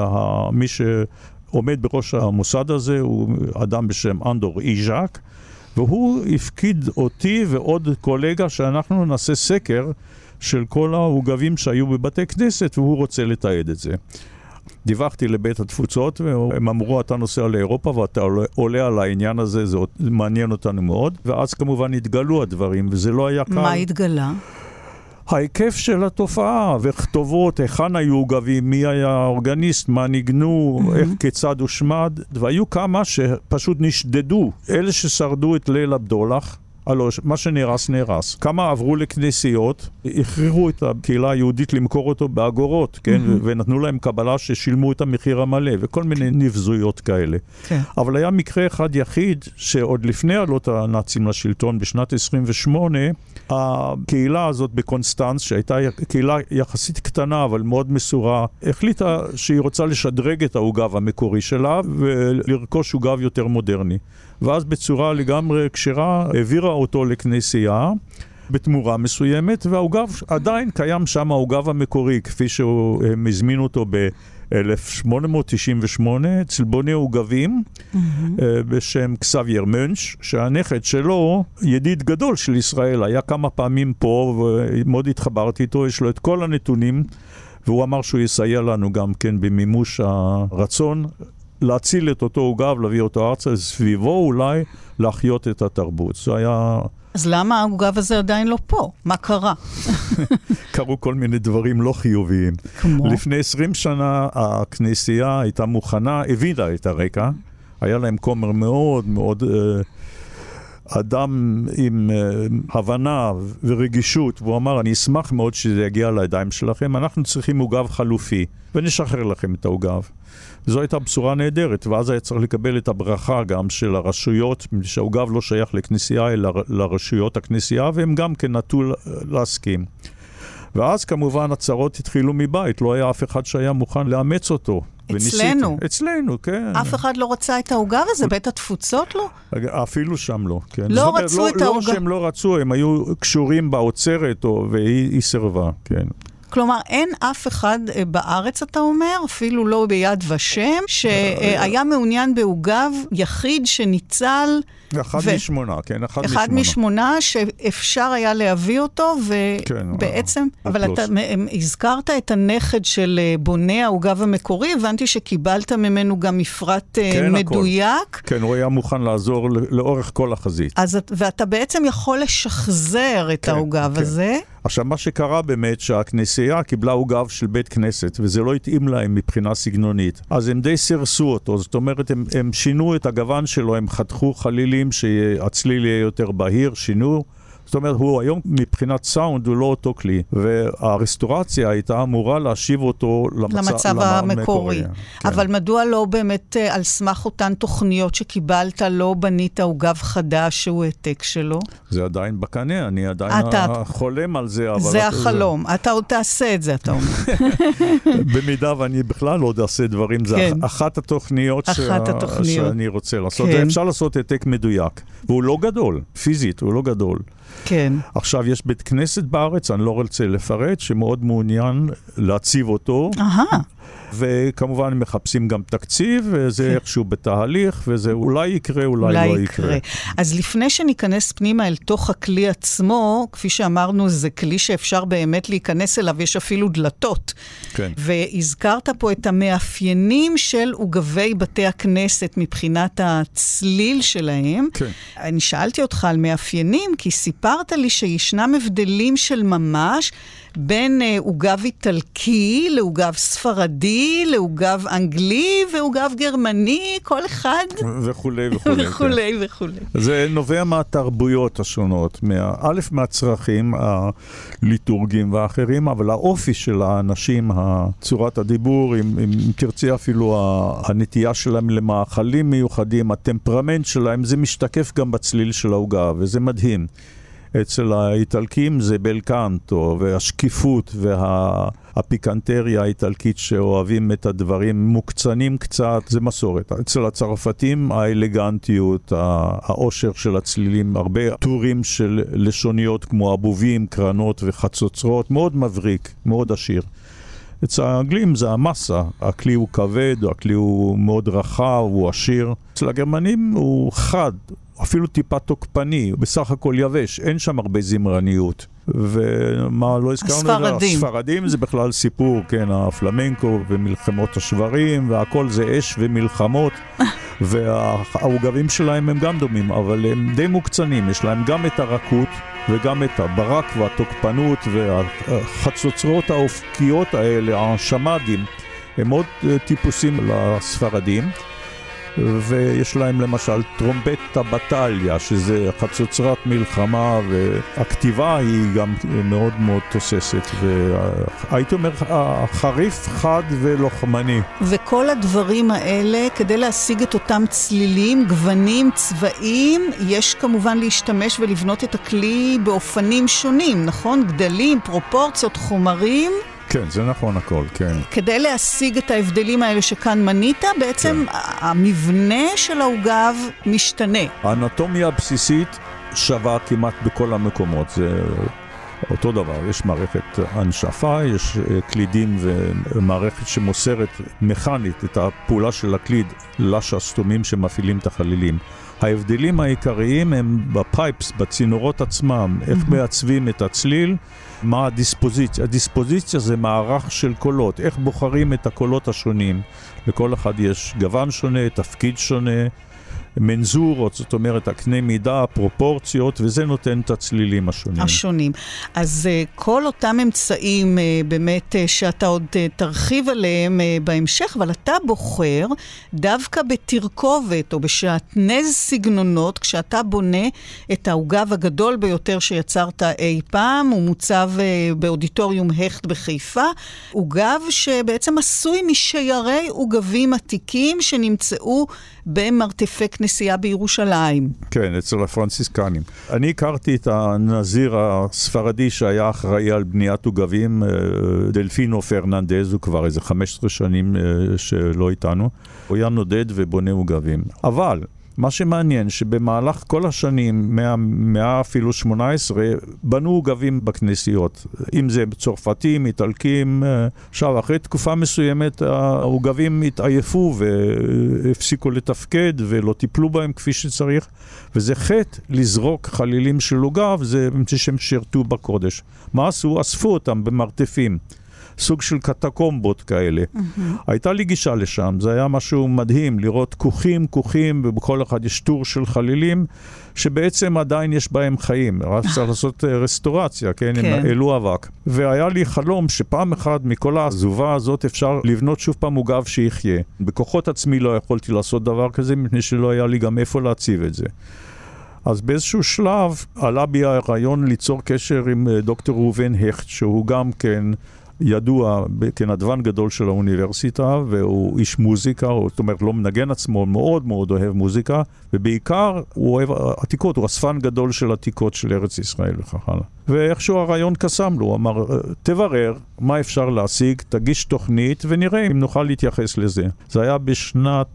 ומי שעומד בראש המוסד הזה הוא אדם בשם אנדור איז'ק, והוא הפקיד אותי ועוד קולגה שאנחנו נעשה סקר של כל העוגבים שהיו בבתי כנסת, והוא רוצה לתעד את זה. דיווחתי לבית התפוצות, והם אמרו, אתה נוסע לאירופה, ואתה עולה על העניין הזה, זה מעניין אותנו מאוד, ואז כמובן התגלו הדברים, וזה לא היה קל. מה התגלה? ההיקף של התופעה, וכתובות, היכן היו עוגבים, מי היה האורגניסט, מה נגנו, איך כיצד הושמד, והיו כמה שפשוט נשדדו. אלה ששרדו את ליל הבדולח, הלוא, מה שנהרס, נהרס. כמה עברו לכנסיות, הכריחו את הקהילה היהודית למכור אותו באגורות, כן? ונתנו להם קבלה ששילמו את המחיר המלא, וכל מיני נבזויות כאלה. כן. אבל היה מקרה אחד יחיד, שעוד לפני עלות הנאצים לשלטון, בשנת 28, הקהילה הזאת בקונסטנץ, שהייתה קהילה יחסית קטנה, אבל מאוד מסורה, החליטה שהיא רוצה לשדרג את העוגב המקורי שלה, ולרכוש עוגב יותר מודרני. ואז בצורה לגמרי כשרה, העבירה אותו לכנסייה, בתמורה מסוימת, והעוגב עדיין קיים שם, העוגב המקורי, כפי שהם הזמינו אותו ב-1898, אצל בוני עוגבים, בשם קסאבייר מנש, שהנכד שלו, ידיד גדול של ישראל, היה כמה פעמים פה, ומאוד התחברתי איתו, יש לו את כל הנתונים, והוא אמר שהוא יסייע לנו גם כן במימוש הרצון, להציל את אותו עוגב, להביא אותו ארצה, סביבו אולי להחיות את התרבות. זה היה... אז למה העוגב הזה עדיין לא פה? מה קרה? קרו כל מיני דברים לא חיוביים. כמו? לפני 20 שנה הכנסייה הייתה מוכנה, הבינה את הרקע, היה להם כומר מאוד מאוד... אדם עם הבנה ורגישות, והוא אמר, אני אשמח מאוד שזה יגיע לידיים שלכם, אנחנו צריכים עוגב חלופי, ונשחרר לכם את העוגב. זו הייתה בשורה נהדרת, ואז היה צריך לקבל את הברכה גם של הרשויות, שהעוגב לא שייך לכנסייה, אלא לרשויות הכנסייה, והם גם כן נטו להסכים. ואז כמובן הצרות התחילו מבית, לא היה אף אחד שהיה מוכן לאמץ אותו. אצלנו. אצלנו, כן. אף אחד לא רצה את העוגב הזה, בית התפוצות לא? אפילו שם לא, כן. לא רצו את העוגב. לא שהם לא רצו, הם היו קשורים באוצרת, והיא סירבה, כן. כלומר, אין אף אחד בארץ, אתה אומר, אפילו לא ביד ושם, שהיה מעוניין בעוגב יחיד שניצל... אחד משמונה, כן, אחד משמונה שאפשר היה להביא אותו, ובעצם... אבל אתה הזכרת את הנכד של בוני העוגב המקורי, הבנתי שקיבלת ממנו גם מפרט מדויק. כן, הוא היה מוכן לעזור לאורך כל החזית. ואתה בעצם יכול לשחזר את העוגב הזה. עכשיו, מה שקרה באמת שהכנסייה קיבלה עוגב של בית כנסת, וזה לא התאים להם מבחינה סגנונית. אז הם די סרסו אותו, זאת אומרת, הם שינו את הגוון שלו, הם חתכו חלילים שהצליל יהיה יותר בהיר, שינו. זאת אומרת, הוא היום מבחינת סאונד הוא לא אותו כלי, והרסטורציה הייתה אמורה להשיב אותו למצב המקורי. כן. אבל מדוע לא באמת על סמך אותן תוכניות שקיבלת, לא בנית עוגב חדש שהוא העתק שלו? זה עדיין בקנה, אני עדיין חולם על זה. אבל זה החלום, אתה עוד תעשה את זה, אתה אומר. במידה ואני בכלל עוד אעשה דברים, זה אחת התוכניות שאני רוצה לעשות. אפשר לעשות העתק מדויק, והוא לא גדול, פיזית, הוא לא גדול. כן. עכשיו יש בית כנסת בארץ, אני לא רוצה לפרט, שמאוד מעוניין להציב אותו. וכמובן מחפשים גם תקציב, וזה איכשהו בתהליך, וזה אולי יקרה, אולי לא יקרה. אז לפני שניכנס פנימה אל תוך הכלי עצמו, כפי שאמרנו, זה כלי שאפשר באמת להיכנס אליו, יש אפילו דלתות. כן. והזכרת פה את המאפיינים של עוגבי בתי הכנסת מבחינת הצליל שלהם. כן. אני שאלתי אותך על מאפיינים, כי סיפרת לי שישנם הבדלים של ממש, בין עוגב איטלקי לעוגב ספרדי, לעוגב אנגלי ועוגב גרמני, כל אחד. וכולי וכולי. וכולי וכולי. זה נובע מהתרבויות השונות, מהצרכים הליטורגיים והאחרים, אבל האופי של האנשים, צורת הדיבור, אם תרצי אפילו הנטייה שלהם למאכלים מיוחדים, הטמפרמנט שלהם, זה משתקף גם בצליל של העוגב, וזה מדהים. אצל האיטלקים זה בלקנטו, והשקיפות והפיקנטריה האיטלקית שאוהבים את הדברים מוקצנים קצת, זה מסורת. אצל הצרפתים האלגנטיות, העושר של הצלילים, הרבה טורים של לשוניות כמו אבובים, קרנות וחצוצרות, מאוד מבריק, מאוד עשיר. אצל האנגלים זה המסה, הכלי הוא כבד, הכלי הוא מאוד רחב, הוא עשיר. אצל הגרמנים הוא חד, אפילו טיפה תוקפני, בסך הכל יבש, אין שם הרבה זמרניות. ומה לא הזכרנו? הספרדים. הספרדים זה בכלל סיפור, כן, הפלמנקו ומלחמות השברים, והכל זה אש ומלחמות, והעוגבים שלהם הם גם דומים, אבל הם די מוקצנים, יש להם גם את הרכות, וגם את הברק והתוקפנות והחצוצרות האופקיות האלה, השמדים, הם עוד טיפוסים לספרדים. ויש להם למשל טרומבטה בטליה, שזה חצוצרת מלחמה, והכתיבה היא גם מאוד מאוד תוססת, והייתי אומר, חריף, חד ולוחמני. וכל הדברים האלה, כדי להשיג את אותם צלילים, גוונים, צבעים, יש כמובן להשתמש ולבנות את הכלי באופנים שונים, נכון? גדלים, פרופורציות, חומרים. כן, זה נכון הכל, כן. כדי להשיג את ההבדלים האלה שכאן מנית, בעצם כן. המבנה של העוגב משתנה. האנטומיה הבסיסית שווה כמעט בכל המקומות, זה אותו דבר. יש מערכת הנשפה, יש קלידים ומערכת שמוסרת מכנית את הפעולה של הקליד לשסתומים שמפעילים את החלילים. ההבדלים העיקריים הם בפייפס, בצינורות עצמם, איך מעצבים את הצליל, מה הדיספוזיציה. הדיספוזיציה זה מערך של קולות, איך בוחרים את הקולות השונים. לכל אחד יש גוון שונה, תפקיד שונה, מנזורות, זאת אומרת, הקנה מידה, פרופורציות, וזה נותן את הצלילים השונים. אז כל אותם אמצעים באמת שאתה עוד תרחיב עליהם בהמשך, אבל אתה בוחר דווקא בתרכובת או בשעטנז סגנונות, כשאתה בונה את העוגב הגדול ביותר שיצרת אי פעם, הוא מוצב באודיטוריום הכט בחיפה, עוגב שבעצם עשוי משיירי עוגבים עתיקים שנמצאו במרתפי כנסייה בירושלים. כן, אצל הפרנסיסקנים. אני הכרתי את הנזיר הספרדי שהיה אחראי על בניית עוגבים, דלפינו פרננדז, הוא כבר איזה 15 שנים שלא איתנו. הוא היה נודד ובונה עוגבים. אבל מה שמעניין שבמהלך כל השנים, מהמאה אפילו 18, בנו עוגבים בכנסיות. אם זה צרפתים, איטלקים, עכשיו אחרי תקופה מסוימת העוגבים התעייפו והפסיקו לתפקד ולא טיפלו בהם כפי שצריך, וזה חטא לזרוק חלילים של עוגב, זה שהם שרתו בקודש. מה עשו? אספו אותם במרתפים. סוג של קטקומבות כאלה. הייתה לי גישה לשם, זה היה משהו מדהים, לראות כוכים, ובכל אחד יש טור של חלילים, שבעצם עדיין יש בהם חיים. רק צריך לעשות רסטורציה, כן? הם העלו אבק. והיה לי חלום שפעם אחת מכל העזובה הזאת אפשר לבנות שוב פעם עוגב שיחיה. בכוחות עצמי לא יכולתי לעשות דבר כזה, מפני שלא היה לי גם איפה להציב את זה. אז באיזשהו שלב עלה בי הרעיון ליצור קשר עם דוקטור ראובן הכט, שהוא גם כן ידוע כנדבן גדול של האוניברסיטה, והוא איש מוזיקה, זאת אומרת לא מנגן עצמו, מאוד מאוד אוהב מוזיקה, ובעיקר הוא אוהב עתיקות, הוא אספן גדול של עתיקות של ארץ ישראל וכך הלאה. ואיכשהו הרעיון קסם לו, הוא אמר, תברר מה אפשר להשיג, תגיש תוכנית ונראה אם נוכל להתייחס לזה. זה היה בשנת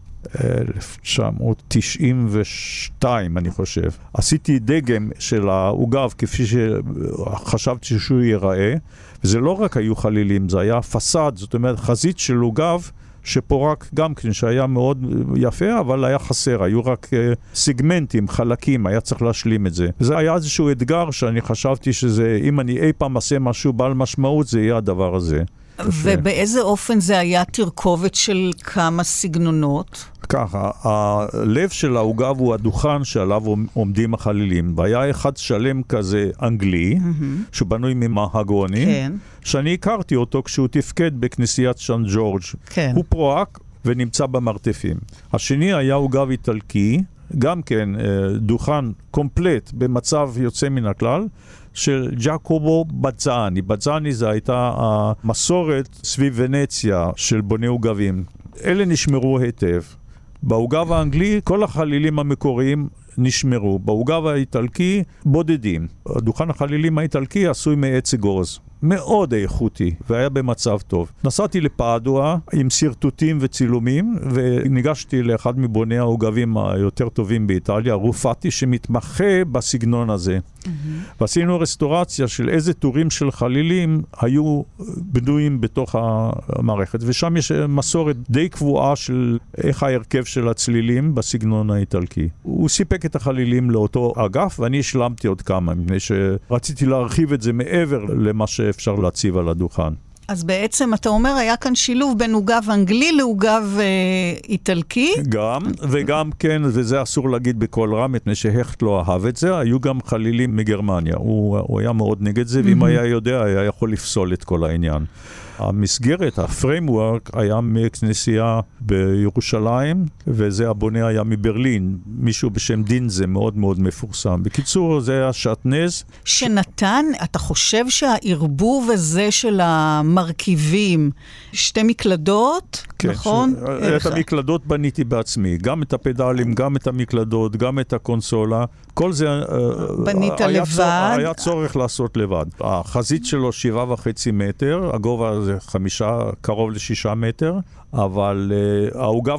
1992 אני חושב. עשיתי דגם של העוגב כפי שחשבתי שהוא ייראה, וזה לא רק היו חלילים, זה היה פסד, זאת אומרת חזית של עוגב שפורק גם כן, שהיה מאוד יפה, אבל היה חסר, היו רק סגמנטים, חלקים, היה צריך להשלים את זה. זה היה איזשהו אתגר שאני חשבתי שזה, אם אני אי פעם עושה משהו בעל משמעות, זה יהיה הדבר הזה. ובאיזה אופן זה היה תרכובת של כמה סגנונות? ככה, הלב של העוגב הוא הדוכן שעליו עומדים החלילים, והיה אחד שלם כזה אנגלי, שבנוי ממהגוני, שאני הכרתי אותו כשהוא תפקד בכנסיית סן ג'ורג'. הוא פרועק ונמצא במרתפים. השני היה עוגב איטלקי, גם כן דוכן קומפלט במצב יוצא מן הכלל, של ג'קובו בצאני. בצאני זה הייתה המסורת סביב ונציה של בוני עוגבים. אלה נשמרו היטב. בעוגב האנגלי כל החלילים המקוריים נשמרו. בעוגב האיטלקי בודדים. דוכן החלילים האיטלקי עשוי מעץ אגוז. מאוד איכותי, והיה במצב טוב. נסעתי לפאדואה עם סרטוטים וצילומים, וניגשתי לאחד מבוני העוגבים היותר טובים באיטליה, רופאטי, שמתמחה בסגנון הזה. ועשינו רסטורציה של איזה טורים של חלילים היו בנויים בתוך המערכת, ושם יש מסורת די קבועה של איך ההרכב של הצלילים בסגנון האיטלקי. הוא סיפק את החלילים לאותו אגף, ואני השלמתי עוד כמה, מפני שרציתי להרחיב את זה מעבר למה שאפשר להציב על הדוכן. אז בעצם אתה אומר, היה כאן שילוב בין עוגב אנגלי לעוגב איטלקי? גם, וגם כן, וזה אסור להגיד בכל רם, מפני שהכט לא אהב את זה, היו גם חלילים מגרמניה. הוא היה מאוד נגד זה, ואם היה יודע, היה יכול לפסול את כל העניין. המסגרת, הפריימוורק, היה מכנסייה בירושלים, וזה הבונה היה מברלין, מישהו בשם דינזה, מאוד מאוד מפורסם. בקיצור, זה היה שעטנז. שנתן, אתה חושב שהערבוב הזה של המרכיבים, שתי מקלדות, כן, נכון? את המקלדות בניתי בעצמי, גם את הפדלים, גם את המקלדות, גם את הקונסולה, כל זה בנית לבד. היה צורך לעשות לבד. החזית שלו 7.5 מטר, הגובה זה קרוב ל6 מטר, אבל העוגב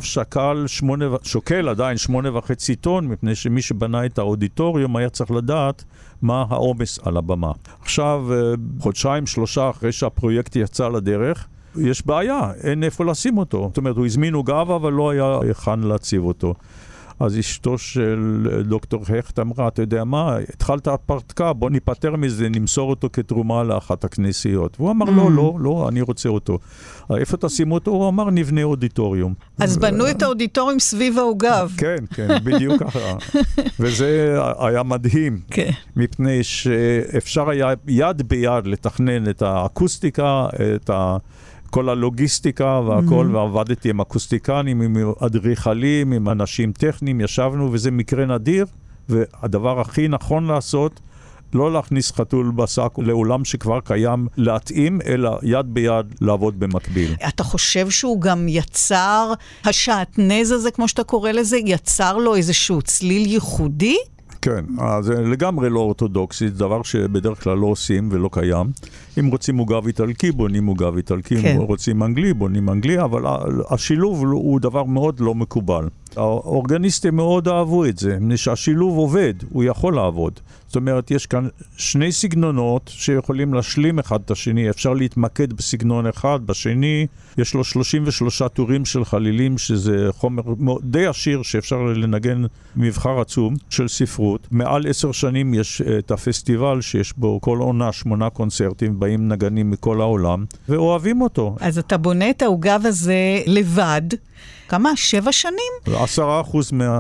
שוקל עדיין 8.5 טון, מפני שמי שבנה את האודיטוריום היה צריך לדעת מה העומס על הבמה. עכשיו, חודשיים, 3 אחרי שהפרויקט יצא לדרך, יש בעיה, אין איפה לשים אותו. זאת אומרת, הוא הזמין עוגב, אבל לא היה היכן להציב אותו. אז אשתו של דוקטור הכט אמרה, אתה יודע מה, התחלת הפרטקה, בוא ניפטר מזה, נמסור אותו כתרומה לאחת הכנסיות. והוא אמר, לא, אני רוצה אותו. איפה תשימו אותו? הוא אמר, נבנה אודיטוריום. אז בנו את האודיטוריום סביב העוגב. כן, בדיוק ככה. וזה היה מדהים, מפני שאפשר היה יד ביד לתכנן את האקוסטיקה, את כל הלוגיסטיקה והכל, ועבדתי עם אקוסטיקנים, עם אדריכלים, עם אנשים טכניים, ישבנו, וזה מקרה נדיר, והדבר הכי נכון לעשות, לא להכניס חתול בשק לעולם שכבר קיים להתאים, אלא יד ביד לעבוד במקביל. אתה חושב שהוא גם יצר, השעטנז הזה, כמו שאתה קורא לזה, יצר לו איזשהו צליל ייחודי? כן, זה לגמרי לא אורתודוקסי, זה דבר שבדרך כלל לא עושים ולא קיים. אם רוצים מוגב איטלקי, בונים מוגב איטלקי, אם רוצים אנגלי, בונים אנגלי, אבל השילוב הוא דבר מאוד לא מקובל. האורגניסטים מאוד אהבו את זה, שהשילוב עובד, הוא יכול לעבוד. זאת אומרת, יש כאן שני סגנונות שיכולים להשלים אחד את השני, אפשר להתמקד בסגנון אחד, בשני יש לו 33 טורים של חלילים, שזה חומר די עשיר שאפשר לנגן מבחר עצום של ספרות. מעל 10 שנים יש את הפסטיבל שיש בו כל עונה 8 קונצרטים, באים נגנים מכל העולם, ואוהבים אותו. אז אתה בונה את העוגב הזה לבד, כמה? 7 שנים? 10%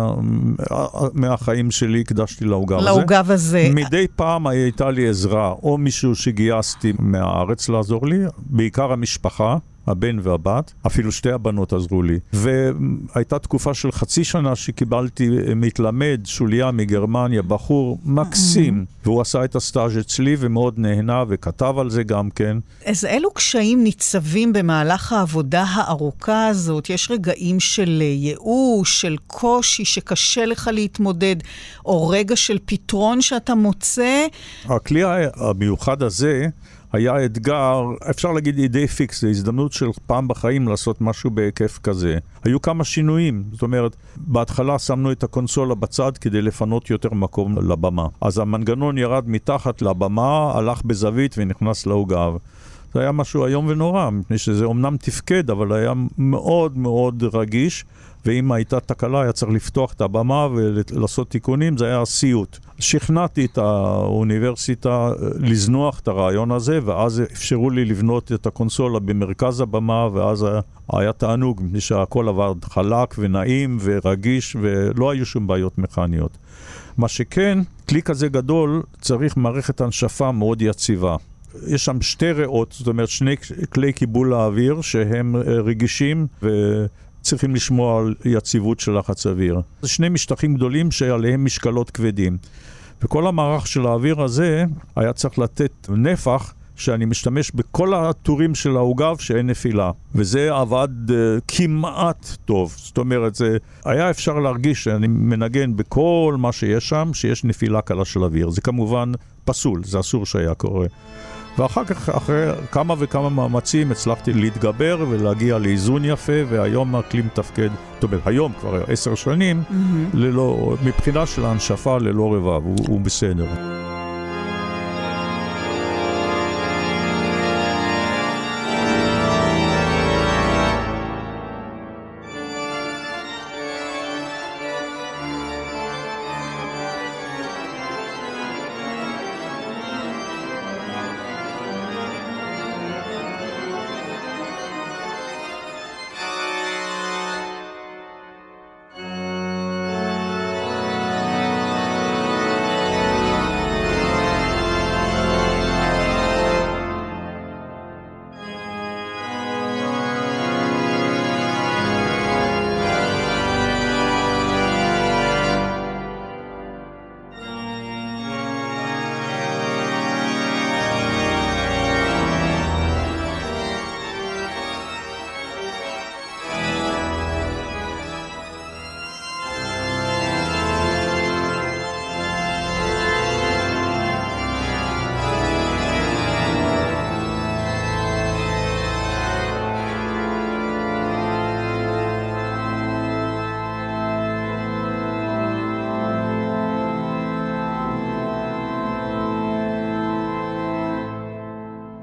מהחיים שלי הקדשתי לעוגב הזה. לעוגב הזה. מדי פעם הייתה לי עזרה, או מישהו שגייסתי מהארץ לעזור לי, בעיקר המשפחה, הבן והבת, אפילו 2 הבנות עזרו לי. והייתה תקופה של 0.5 שנה שקיבלתי מתלמד, שוליה מגרמניה, בחור מקסים, והוא עשה את הסטאז' אצלי ומאוד נהנה וכתב על זה גם כן. אז אילו קשיים ניצבים במהלך העבודה הארוכה הזאת? יש רגעים של ייאוש, של קושי שקשה לך להתמודד, או רגע של פתרון שאתה מוצא? הכלי המיוחד הזה היה אתגר, אפשר להגיד די פיקס, זה הזדמנות של פעם בחיים לעשות משהו בהיקף כזה. היו כמה שינויים, זאת אומרת, בהתחלה שמנו את הקונסולה בצד כדי לפנות יותר מקום לבמה. אז המנגנון ירד מתחת לבמה, הלך בזווית ונכנס לעוגב. זה היה משהו היום ונורא, מפני שזה אומנם תפקד, אבל היה מאוד מאוד רגיש, ואם הייתה תקלה היה צריך לפתוח את הבמה ולעשות תיקונים, זה היה סיוט. שכנעתי את האוניברסיטה לזנוח את הרעיון הזה, ואז אפשרו לי לבנות את הקונסולה במרכז הבמה, ואז היה תענוג, מפני שהכל עבד חלק ונעים ורגיש, ולא היו שום בעיות מכניות. מה שכן, כלי כזה גדול צריך מערכת הנשפה מאוד יציבה. יש שם 2 ריאות, זאת אומרת 2 כלי קיבול האוויר שהם רגישים וצריכים לשמוע על יציבות של לחץ אוויר. זה 2 משטחים גדולים שעליהם משקלות כבדים. וכל המערך של האוויר הזה היה צריך לתת נפח שאני משתמש בכל הטורים של העוגב שאין נפילה. וזה עבד כמעט טוב. זאת אומרת, זה היה אפשר להרגיש שאני מנגן בכל מה שיש שם, שיש נפילה קלה של אוויר. זה כמובן פסול, זה אסור שהיה קורה. ואחר כך, אחרי כמה וכמה מאמצים, הצלחתי להתגבר ולהגיע לאיזון יפה, והיום הכלי מתפקד, זאת אומרת, היום כבר 10 שנים, מבחינה של ההנשפה ללא רבב, הוא בסדר.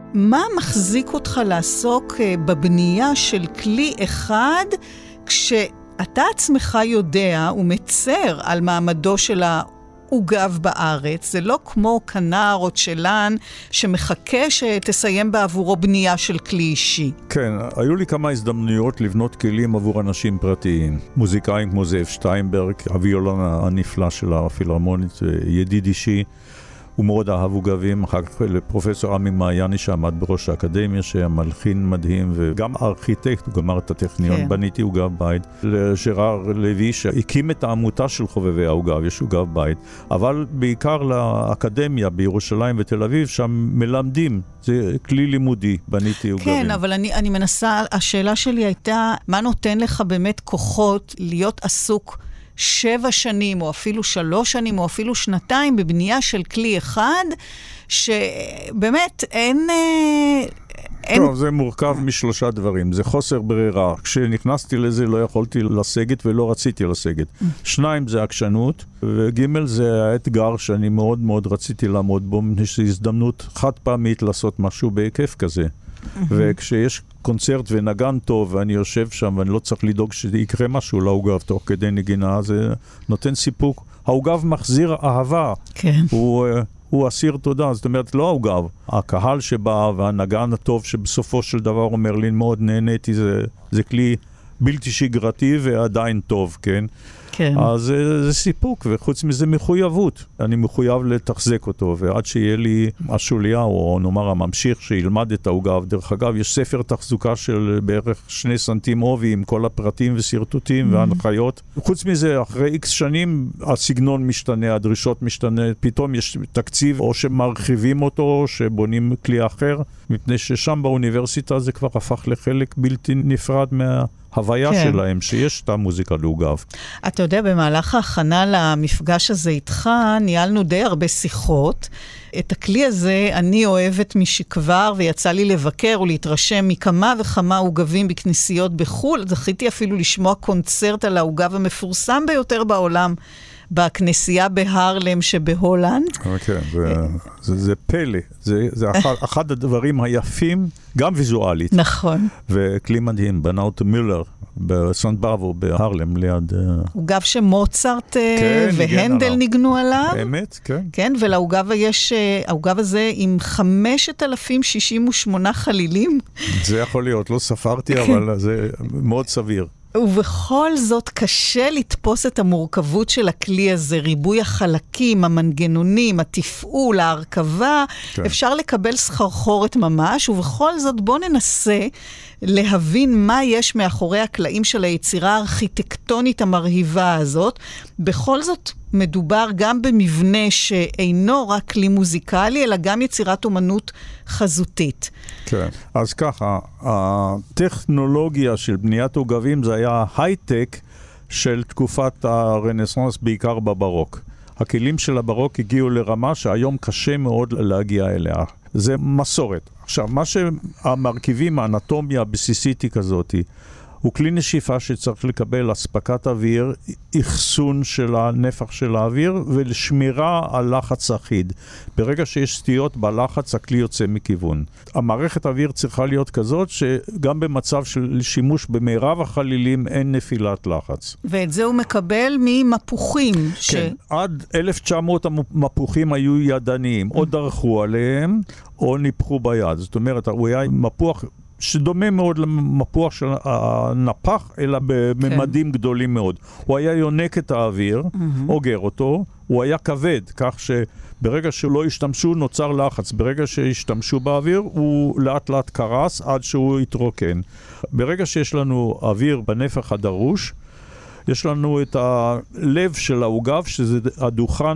מה מחזיק אותך לעסוק בבנייה של כלי אחד, כשאתה עצמך יודע ומצר על מעמדו של העוגב בארץ? זה לא כמו כנר או צ'לן שמחכה שתסיים בעבורו בנייה של כלי אישי. כן, היו לי כמה הזדמנויות לבנות כלים עבור אנשים פרטיים. מוזיקאים כמו זאב שטיינברג, הוויולן הנפלא של הפילהרמונית, ידיד אישי. הוא מאוד אהב עוגבים, אחר כך לפרופסור עמי מעייני שעמד בראש האקדמיה, שהיה מלחין מדהים, וגם ארכיטקט, הוא גמר את הטכניון, כן. בניתי עוגב בית. לג'ראר לוי, שהקים את העמותה של חובבי העוגב, יש עוגב בית, אבל בעיקר לאקדמיה בירושלים ותל אביב, שם מלמדים, זה כלי לימודי, בניתי עוגבים. כן, אבל אני מנסה, השאלה שלי הייתה, מה נותן לך באמת כוחות להיות עסוק 7 שנים, או אפילו 3 שנים, או אפילו 2 בבנייה של כלי אחד, שבאמת אין... טוב, זה מורכב מ3 דברים. זה חוסר ברירה. כשנכנסתי לזה לא יכולתי לסגת ולא רציתי לסגת. 2 זה עקשנות, וג' זה האתגר שאני מאוד מאוד רציתי לעמוד בו, יש הזדמנות חד פעמית לעשות משהו בהיקף כזה. וכשיש קונצרט ונגן טוב ואני יושב שם ואני לא צריך לדאוג שיקרה משהו לעוגב תוך כדי נגינה, זה נותן סיפוק. העוגב מחזיר אהבה. כן. הוא אסיר תודה, זאת אומרת לא העוגב. הקהל שבא והנגן הטוב שבסופו של דבר אומר לי מאוד נהניתי, זה כלי בלתי שגרתי ועדיין טוב, כן? כן. אז זה סיפוק, וחוץ מזה מחויבות. אני מחויב לתחזק אותו, ועד שיהיה לי השוליה, או נאמר הממשיך, שילמד את העוגב. דרך אגב, יש ספר תחזוקה של בערך 2 סנטים עובי, עם כל הפרטים וסרטוטים והנחיות. חוץ מזה, אחרי X שנים, הסגנון משתנה, הדרישות משתנה, פתאום יש תקציב, או שמרחיבים אותו, או שבונים כלי אחר, מפני ששם באוניברסיטה זה כבר הפך לחלק בלתי נפרד הוויה כן. שלהם, שיש את המוזיקה לעוגב. אתה יודע, במהלך ההכנה למפגש הזה איתך, ניהלנו די הרבה שיחות. את הכלי הזה אני אוהבת משכבר, ויצא לי לבקר ולהתרשם מכמה וכמה עוגבים בכנסיות בחול. זכיתי אפילו לשמוע קונצרט על העוגב המפורסם ביותר בעולם, בכנסייה בהרלם שבהולנד. כן, זה פלא. זה אחד הדברים היפים, גם ויזואלית. נכון. וכלי מדהים, בנה אותו מילר, בסנט ברבו, בהרלם, ליד... עוגב שמוצרט והנדל ניגנו עליו. באמת, כן. כן, ולעוגב יש, העוגב הזה עם 5,068 חלילים. זה יכול להיות, לא ספרתי, אבל זה מאוד סביר. ובכל זאת קשה לתפוס את המורכבות של הכלי הזה, ריבוי החלקים, המנגנונים, התפעול, ההרכבה, כן. אפשר לקבל סחרחורת ממש, ובכל זאת בוא ננסה להבין מה יש מאחורי הקלעים של היצירה הארכיטקטונית המרהיבה הזאת. בכל זאת מדובר גם במבנה שאינו רק כלי מוזיקלי, אלא גם יצירת אומנות חזותית. כן, אז ככה, הטכנולוגיה של בניית עוגבים זה היה הייטק של תקופת הרנסנס, בעיקר בברוק. הכלים של הברוק הגיעו לרמה שהיום קשה מאוד להגיע אליה. זה מסורת. עכשיו, מה שהמרכיבים, האנטומיה הבסיסית היא כזאת, הוא כלי נשיפה שצריך לקבל הספקת אוויר, אחסון של הנפח של האוויר ולשמירה על לחץ אחיד. ברגע שיש סטיות בלחץ, הכלי יוצא מכיוון. המערכת האוויר צריכה להיות כזאת שגם במצב של שימוש במרב החלילים אין נפילת לחץ. ואת זה הוא מקבל ממפוחים. כן, עד 1900 המפוחים היו ידניים, או דרכו עליהם או ניפחו ביד. זאת אומרת, הוא היה מפוח שדומה מאוד למפוח של הנפח, אלא בממדים גדולים מאוד. הוא היה יונק את האוויר, אוגר אותו, הוא היה כבד, כך שברגע שלא השתמשו נוצר לחץ. ברגע שהשתמשו באוויר, הוא לאט לאט קרס עד שהוא יתרוקן. ברגע שיש לנו אוויר בנפח הדרוש, יש לנו את הלב של העוגב, שזה הדוכן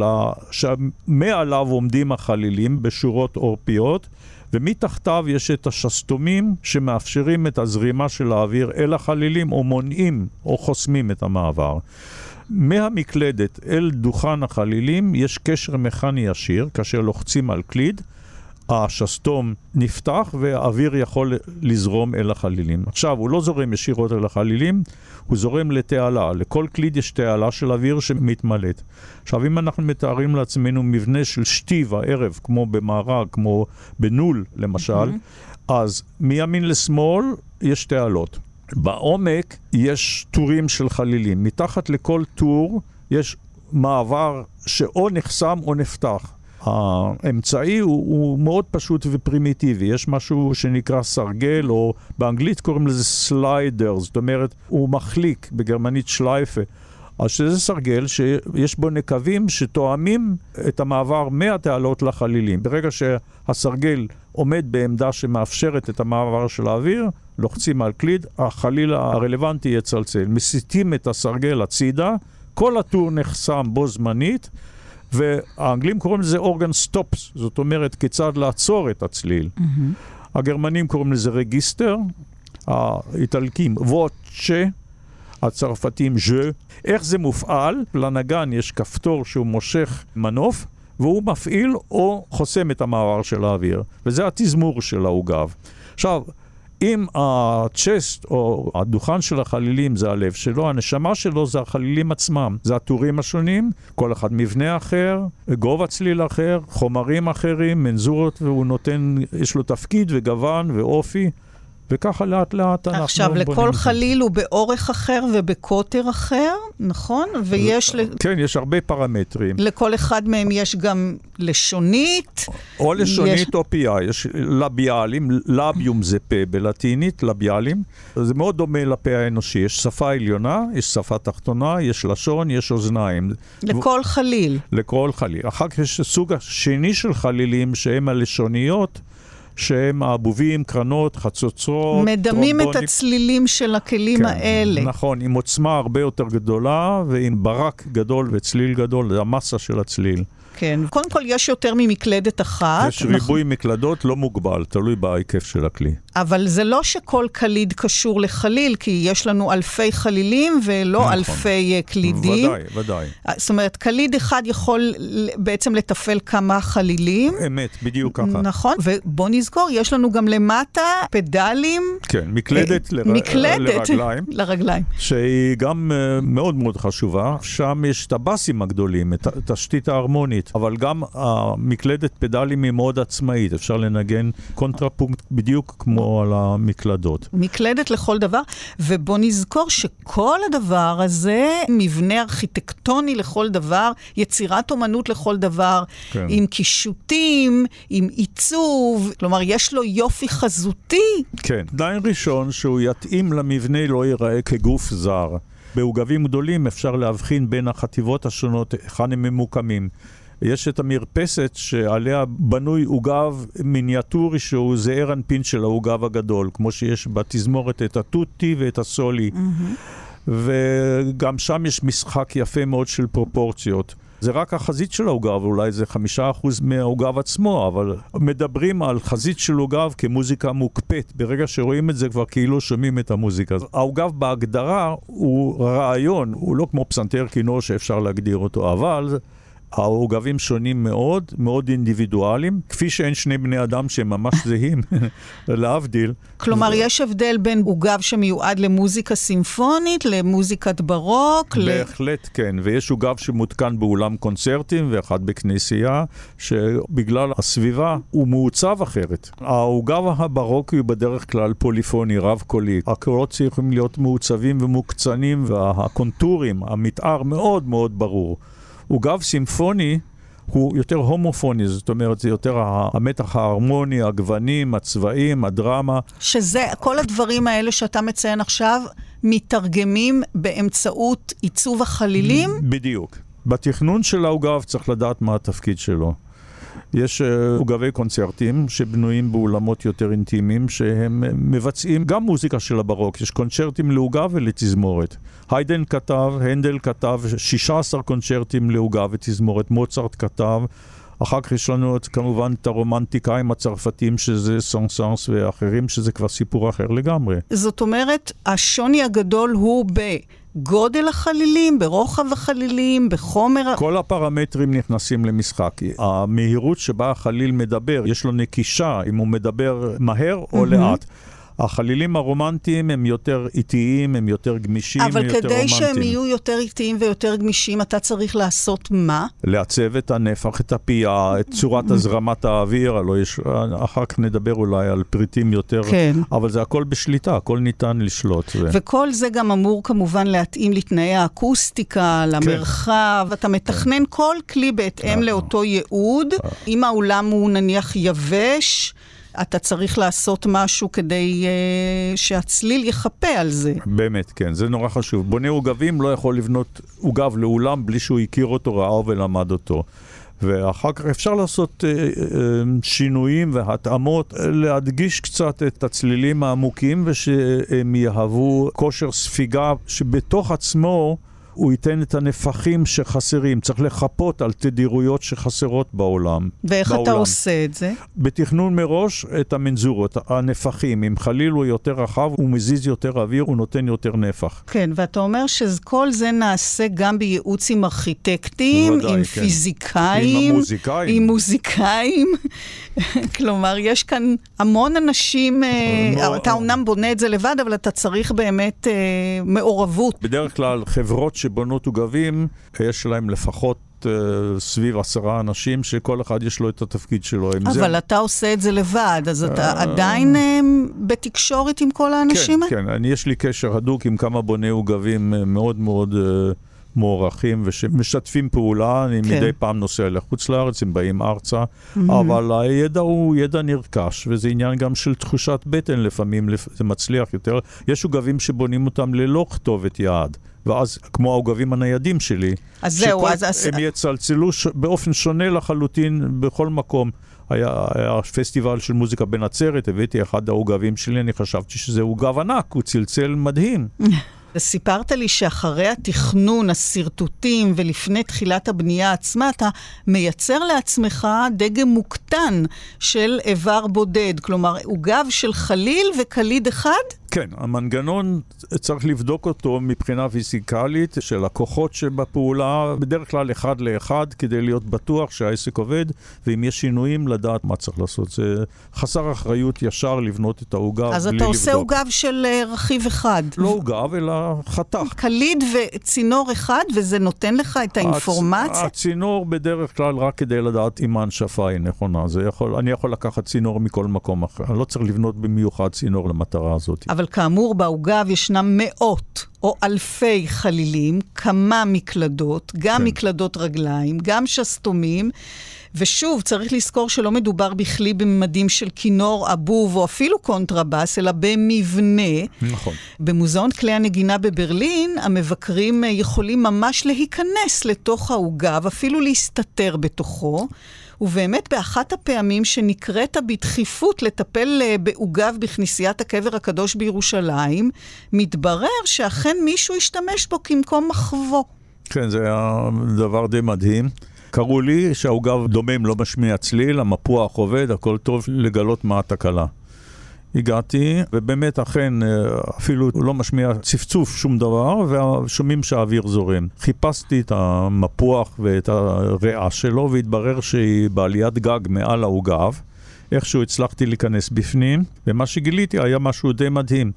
שמעליו עומדים החלילים בשורות עורפיות, ומתחתיו יש את השסתומים שמאפשרים את הזרימה של האוויר אל החלילים, או מונעים או חוסמים את המעבר. מהמקלדת אל דוכן החלילים יש קשר מכני ישיר, כאשר לוחצים על קליד, השסתום נפתח והאוויר יכול לזרום אל החלילים. עכשיו, הוא לא זורם ישירות אל החלילים, הוא זורם לתעלה. לכל כליד יש תעלה של אוויר שמתמלאת. עכשיו, אם אנחנו מתארים לעצמנו מבנה של שטיב הערב, כמו במארג, כמו בנול למשל, אז מימין לשמאל יש תעלות. בעומק יש טורים של חלילים. מתחת לכל טור יש מעבר שאו נחסם או נפתח. האמצעי הוא מאוד פשוט ופרימיטיבי. יש משהו שנקרא סרגל, או באנגלית קוראים לזה סליידר, זאת אומרת, הוא מחליק, בגרמנית שלייפה. אז שזה סרגל שיש בו נקבים שתואמים את המעבר מהתעלות לחלילים. ברגע שהסרגל עומד בעמדה שמאפשרת את המעבר של האוויר, לוחצים על קליד, החליל הרלוונטי יצלצל. מסיטים את הסרגל הצידה, כל הטור נחסם בו זמנית, והאנגלים קוראים לזה אורגן סטופס, זאת אומרת כיצד לעצור את הצליל. הגרמנים קוראים לזה רגיסטר, האיטלקים ווטשה, הצרפתים ז'ה. איך זה מופעל? לנגן יש כפתור שהוא מושך מנוף, והוא מפעיל או חוסם את המעבר של האוויר. וזה התזמור של העוגב. עכשיו, אם הצ'סט או הדוכן של החלילים זה הלב שלו, הנשמה שלו זה החלילים עצמם. זה הטורים השונים, כל אחד מבנה אחר, גובה צליל אחר, חומרים אחרים, מנזורות, והוא נותן, יש לו תפקיד וגוון ואופי. וככה לאט לאט אנחנו... עכשיו, לכל חליל הוא באורך אחר ובקוטר אחר, נכון? ויש... כן, יש הרבה פרמטרים. לכל אחד מהם יש גם לשונית. או לשונית או פייה. יש לביאלים, לביום זה פה בלטינית, לביאלים. זה מאוד דומה לפה האנושי. יש שפה עליונה, יש שפה תחתונה, יש לשון, יש אוזניים. לכל חליל. לכל חליל. אחר כך יש סוג השני של חלילים שהם הלשוניות, שהם הבובים, קרנות, חצוצרות, מדמים את הצלילים של הכלים האלה. נכון, עם עוצמה הרבה יותר גדולה, ועם ברק גדול וצליל גדול, זה המסה של הצליל. כן, קודם כל יש יותר ממקלדת אחת. יש ריבוי מקלדות לא מוגבל, תלוי בהיקף של הכלי. אבל זה לא שכל קליד קשור לחליל, כי יש לנו אלפי חלילים ולא אלפי קלידים. ודאי. זאת אומרת, קליד אחד יכול בעצם לטפל כמה חלילים. אמת, בדיוק ככה. נכון, ובוא נזכור, יש לנו גם למטה פדלים. כן, מקלדת לרגליים. שהיא גם מאוד מאוד חשובה. שם יש את הבאסים הגדולים, את התשתית ההרמונית. אבל גם המקלדת פדלים היא מאוד עצמאית. אפשר לנגן קונטרפונקט בדיוק כמו על המקלדות. מקלדת לכל דבר, ובוא נזכור שכל הדבר הזה, מבנה ארכיטקטוני לכל דבר, יצירת אומנות לכל דבר, כן. עם קישוטים, עם עיצוב, כלומר יש לו יופי חזותי. כן, תנאי ראשון שהוא יתאים למבנה לא ייראה כגוף זר. בעוגבים גדולים אפשר להבחין בין החטיבות השונות, היכן הם ממוקמים. יש את המרפסת שעליה בנוי עוגב מיניאטורי שהוא זעיר אנפין של העוגב הגדול, כמו שיש בתזמורת את הטוטי ואת הסולי. וגם שם יש משחק יפה מאוד של פרופורציות. זה רק החזית של העוגב, אולי זה 5% מהעוגב עצמו, אבל מדברים על חזית של עוגב כמוזיקה מוקפאת. ברגע שרואים את זה כבר כאילו שומעים את המוזיקה. העוגב בהגדרה הוא רעיון, הוא לא כמו פסנתר כינור שאפשר להגדיר אותו, אבל העוגבים שונים מאוד, מאוד אינדיבידואליים, כפי שאין שני בני אדם שהם ממש זהים, להבדיל. כלומר, יש הבדל בין עוגב שמיועד למוזיקה סימפונית, למוזיקת ברוק? בהחלט, כן. ויש עוגב שמותקן באולם קונצרטים, ואחד בכנסייה, שבגלל הסביבה הוא מעוצב אחרת. העוגב הברוקי הוא בדרך כלל פוליפוני, רב-קולי. הקולות צריכים להיות מעוצבים ומוקצנים, והקונטורים, המתאר מאוד מאוד ברור. עוגב סימפוני הוא יותר הומופוני, זאת אומרת, זה יותר המתח ההרמוני, הגוונים, הצבעים, הדרמה. שזה, כל הדברים האלה שאתה מציין עכשיו, מתרגמים באמצעות עיצוב החלילים? בדיוק. בתכנון של העוגב צריך לדעת מה התפקיד שלו. יש עוגבי קונצרטים שבנויים באולמות יותר אינטימיים, שהם מבצעים גם מוזיקה של הברוק. יש קונצ'רטים לעוגב ולתזמורת. הנדל כתב 16 קונצ'רטים לעוגב ותזמורת. מוצרט כתב אחר כך יש לנו כמובן את הרומנטיקאים הצרפתים, שזה סנסנס ואחרים, שזה כבר סיפור אחר לגמרי. זאת אומרת, השוני הגדול הוא בגודל החלילים, ברוחב החלילים, בחומר... כל הפרמטרים נכנסים למשחק. המהירות שבה החליל מדבר, יש לו נקישה אם הוא מדבר מהר או לאט. החלילים הרומנטיים הם יותר איטיים, הם יותר גמישים, אבל יותר כדי רומנטיים. שהם יהיו יותר איטיים ויותר גמישים, אתה צריך לעשות מה? לעצב את הנפח, את הפייה, את צורת הזרמת האוויר, אחר כך נדבר אולי על פריטים יותר, כן. אבל זה הכל בשליטה, הכל ניתן לשלוט. וכל זה גם אמור כמובן להתאים לתנאי האקוסטיקה, למרחב, אתה מתכנן כל כלי בהתאם לאותו ייעוד, אם האולם הוא נניח יבש, אתה צריך לעשות משהו כדי שהצליל יחפה על זה. באמת, כן, זה נורא חשוב. בונה עוגבים לא יכול לבנות עוגב לאולם בלי שהוא הכיר אותו, ראה ולמד אותו. ואחר כך אפשר לעשות שינויים והתאמות, להדגיש קצת את הצלילים העמוקים ושהם יהוו כושר ספיגה שבתוך עצמו הוא ייתן את הנפחים שחסרים. צריך לחפות על תדירויות שחסרות בעולם. ואיך אתה עושה את זה? בתכנון מראש את המנזורות, הנפחים. אם חליל הוא יותר רחב, הוא מזיז יותר אוויר, הוא נותן יותר נפח. כן, ואתה אומר שכל זה נעשה גם בייעוץ עם ארכיטקטים, ודאי, עם כן. פיזיקאים, עם מוזיקאים. כלומר, יש כאן המון אנשים, אתה אומנם בונה את זה לבד, אבל אתה צריך באמת מעורבות. בדרך כלל חברות שבונות עוגבים, יש להם לפחות סביב 10 אנשים, שכל אחד יש לו את התפקיד שלו. אבל אתה עושה את זה לבד, אז אתה עדיין בתקשורת עם כל האנשים? כן, כן. יש לי קשר הדוק עם כמה בוני עוגבים מאוד מאוד מוערכים, ושמשתפים פעולה. אני מדי פעם נוסע לחוץ לארץ, הם באים ארצה, אבל הידע הוא ידע נרכש, וזה עניין גם של תחושת בטן לפעמים, זה מצליח יותר. יש עוגבים שבונים אותם ללא כתובת יעד. ואז, כמו העוגבים הניידים שלי, אז זהו, הם יצלצלו באופן שונה לחלוטין בכל מקום. היה פסטיבל של מוזיקה בנצרת, הבאתי אחד העוגבים שלי, אני חשבתי שזה עוגב ענק, הוא צלצל מדהים. סיפרת לי שאחרי התכנון, הסרטוטים ולפני תחילת הבנייה עצמה, אתה מייצר לעצמך דגם מוקטן של איבר בודד, כלומר, עוגב של חליל וקליד אחד? כן, המנגנון צריך לבדוק אותו מבחינה פיזיקלית של הכוחות שבפעולה, בדרך כלל 1 ל-1, כדי להיות בטוח שהעסק עובד, ואם יש שינויים, לדעת מה צריך לעשות. זה חסר אחריות ישר לבנות את העוגב בלי לבדוק. אז אתה עושה עוגב של רכיב אחד. לא עוגב, אלא חתך. קליד וצינור אחד, וזה נותן לך את האינפורמציה? הצינור בדרך כלל רק כדי לדעת אם ההנשפה היא נכונה. אני יכול לקחת צינור מכל מקום אחר. אני לא צריך לבנות במיוחד צינור למטרה הזאת. אבל כאמור, בעוגב ישנם מאות או אלפי חלילים, כמה מקלדות, גם מקלדות רגליים, גם שסתומים, ושוב, צריך לזכור שלא מדובר בכלי בממדים של כינור, אבוב או אפילו קונטרבס, אלא במבנה. נכון. במוזיאון כלי הנגינה בברלין, המבקרים יכולים ממש להיכנס לתוך העוגב, אפילו להסתתר בתוכו. ובאמת באחת הפעמים שנקראת בדחיפות לטפל בעוגב בכנסיית הקבר הקדוש בירושלים, מתברר שאכן מישהו השתמש בו כמקום מחבו. כן, זה היה דבר די מדהים. קראו לי שהעוגב דומם, לא משמיע צליל, המפוח עובד, הכל טוב, לגלות מה התקלה. הגעתי, ובאמת אכן אפילו לא משמיע צפצוף שום דבר, ושומעים שהאוויר זורם. חיפשתי את המפוח ואת הריאה שלו, והתברר שהיא בעליית גג מעל העוגב. איכשהו הצלחתי להיכנס בפנים, ומה שגיליתי היה משהו די מדהים.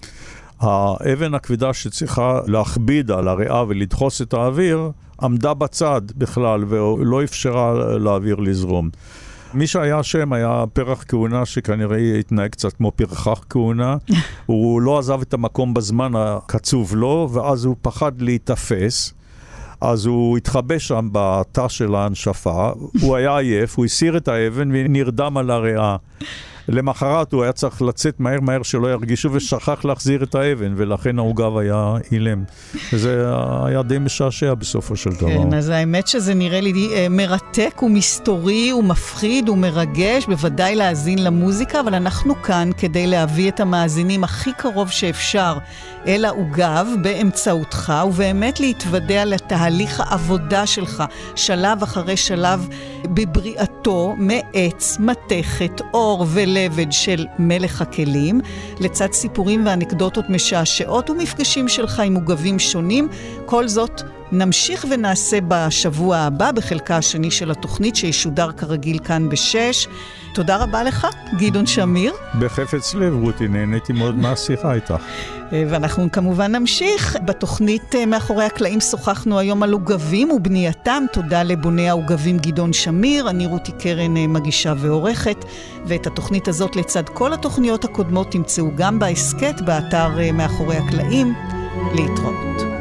האבן הכבדה שצריכה להכביד על הריאה ולדחוס את האוויר, עמדה בצד בכלל, ולא אפשרה לאוויר לזרום. מי שהיה שם היה פרח כהונה שכנראה התנהג קצת כמו פרחח כהונה. הוא לא עזב את המקום בזמן הקצוב לו, ואז הוא פחד להתאפס. אז הוא התחבא שם בתא של ההנשפה. הוא היה עייף, הוא הסיר את האבן ונרדם על הריאה. למחרת הוא היה צריך לצאת מהר שלא ירגישו, ושכח להחזיר את האבן, ולכן העוגב היה אילם. וזה היה די משעשע בסופו של דבר. כן, אז האמת שזה נראה לי מרתק ומסתורי ומפחיד ומרגש, בוודאי להאזין למוזיקה, אבל אנחנו כאן כדי להביא את המאזינים הכי קרוב שאפשר אל העוגב באמצעותך, ובאמת להתוודע לתהליך העבודה שלך, שלב אחרי שלב בבריאתו, מעץ, מתכת, אור ולבד של מלך הכלים, לצד סיפורים ואנקדוטות משעשעות ומפגשים שלך עם עוגבים שונים. כל זאת נמשיך ונעשה בשבוע הבא, בחלקה השני של התוכנית שישודר כרגיל כאן ב-6. תודה רבה לך, גדעון שמיר. בחפץ לב, רותי, נהניתי מאוד מהשיחה איתך. ואנחנו כמובן נמשיך. בתוכנית מאחורי הקלעים שוחחנו היום על עוגבים ובנייתם. תודה לבוני העוגבים גדעון שמיר, אני רותי קרן מגישה ועורכת, ואת התוכנית הזאת לצד כל התוכניות הקודמות תמצאו גם בהסקט, באתר מאחורי הקלעים. להתראות.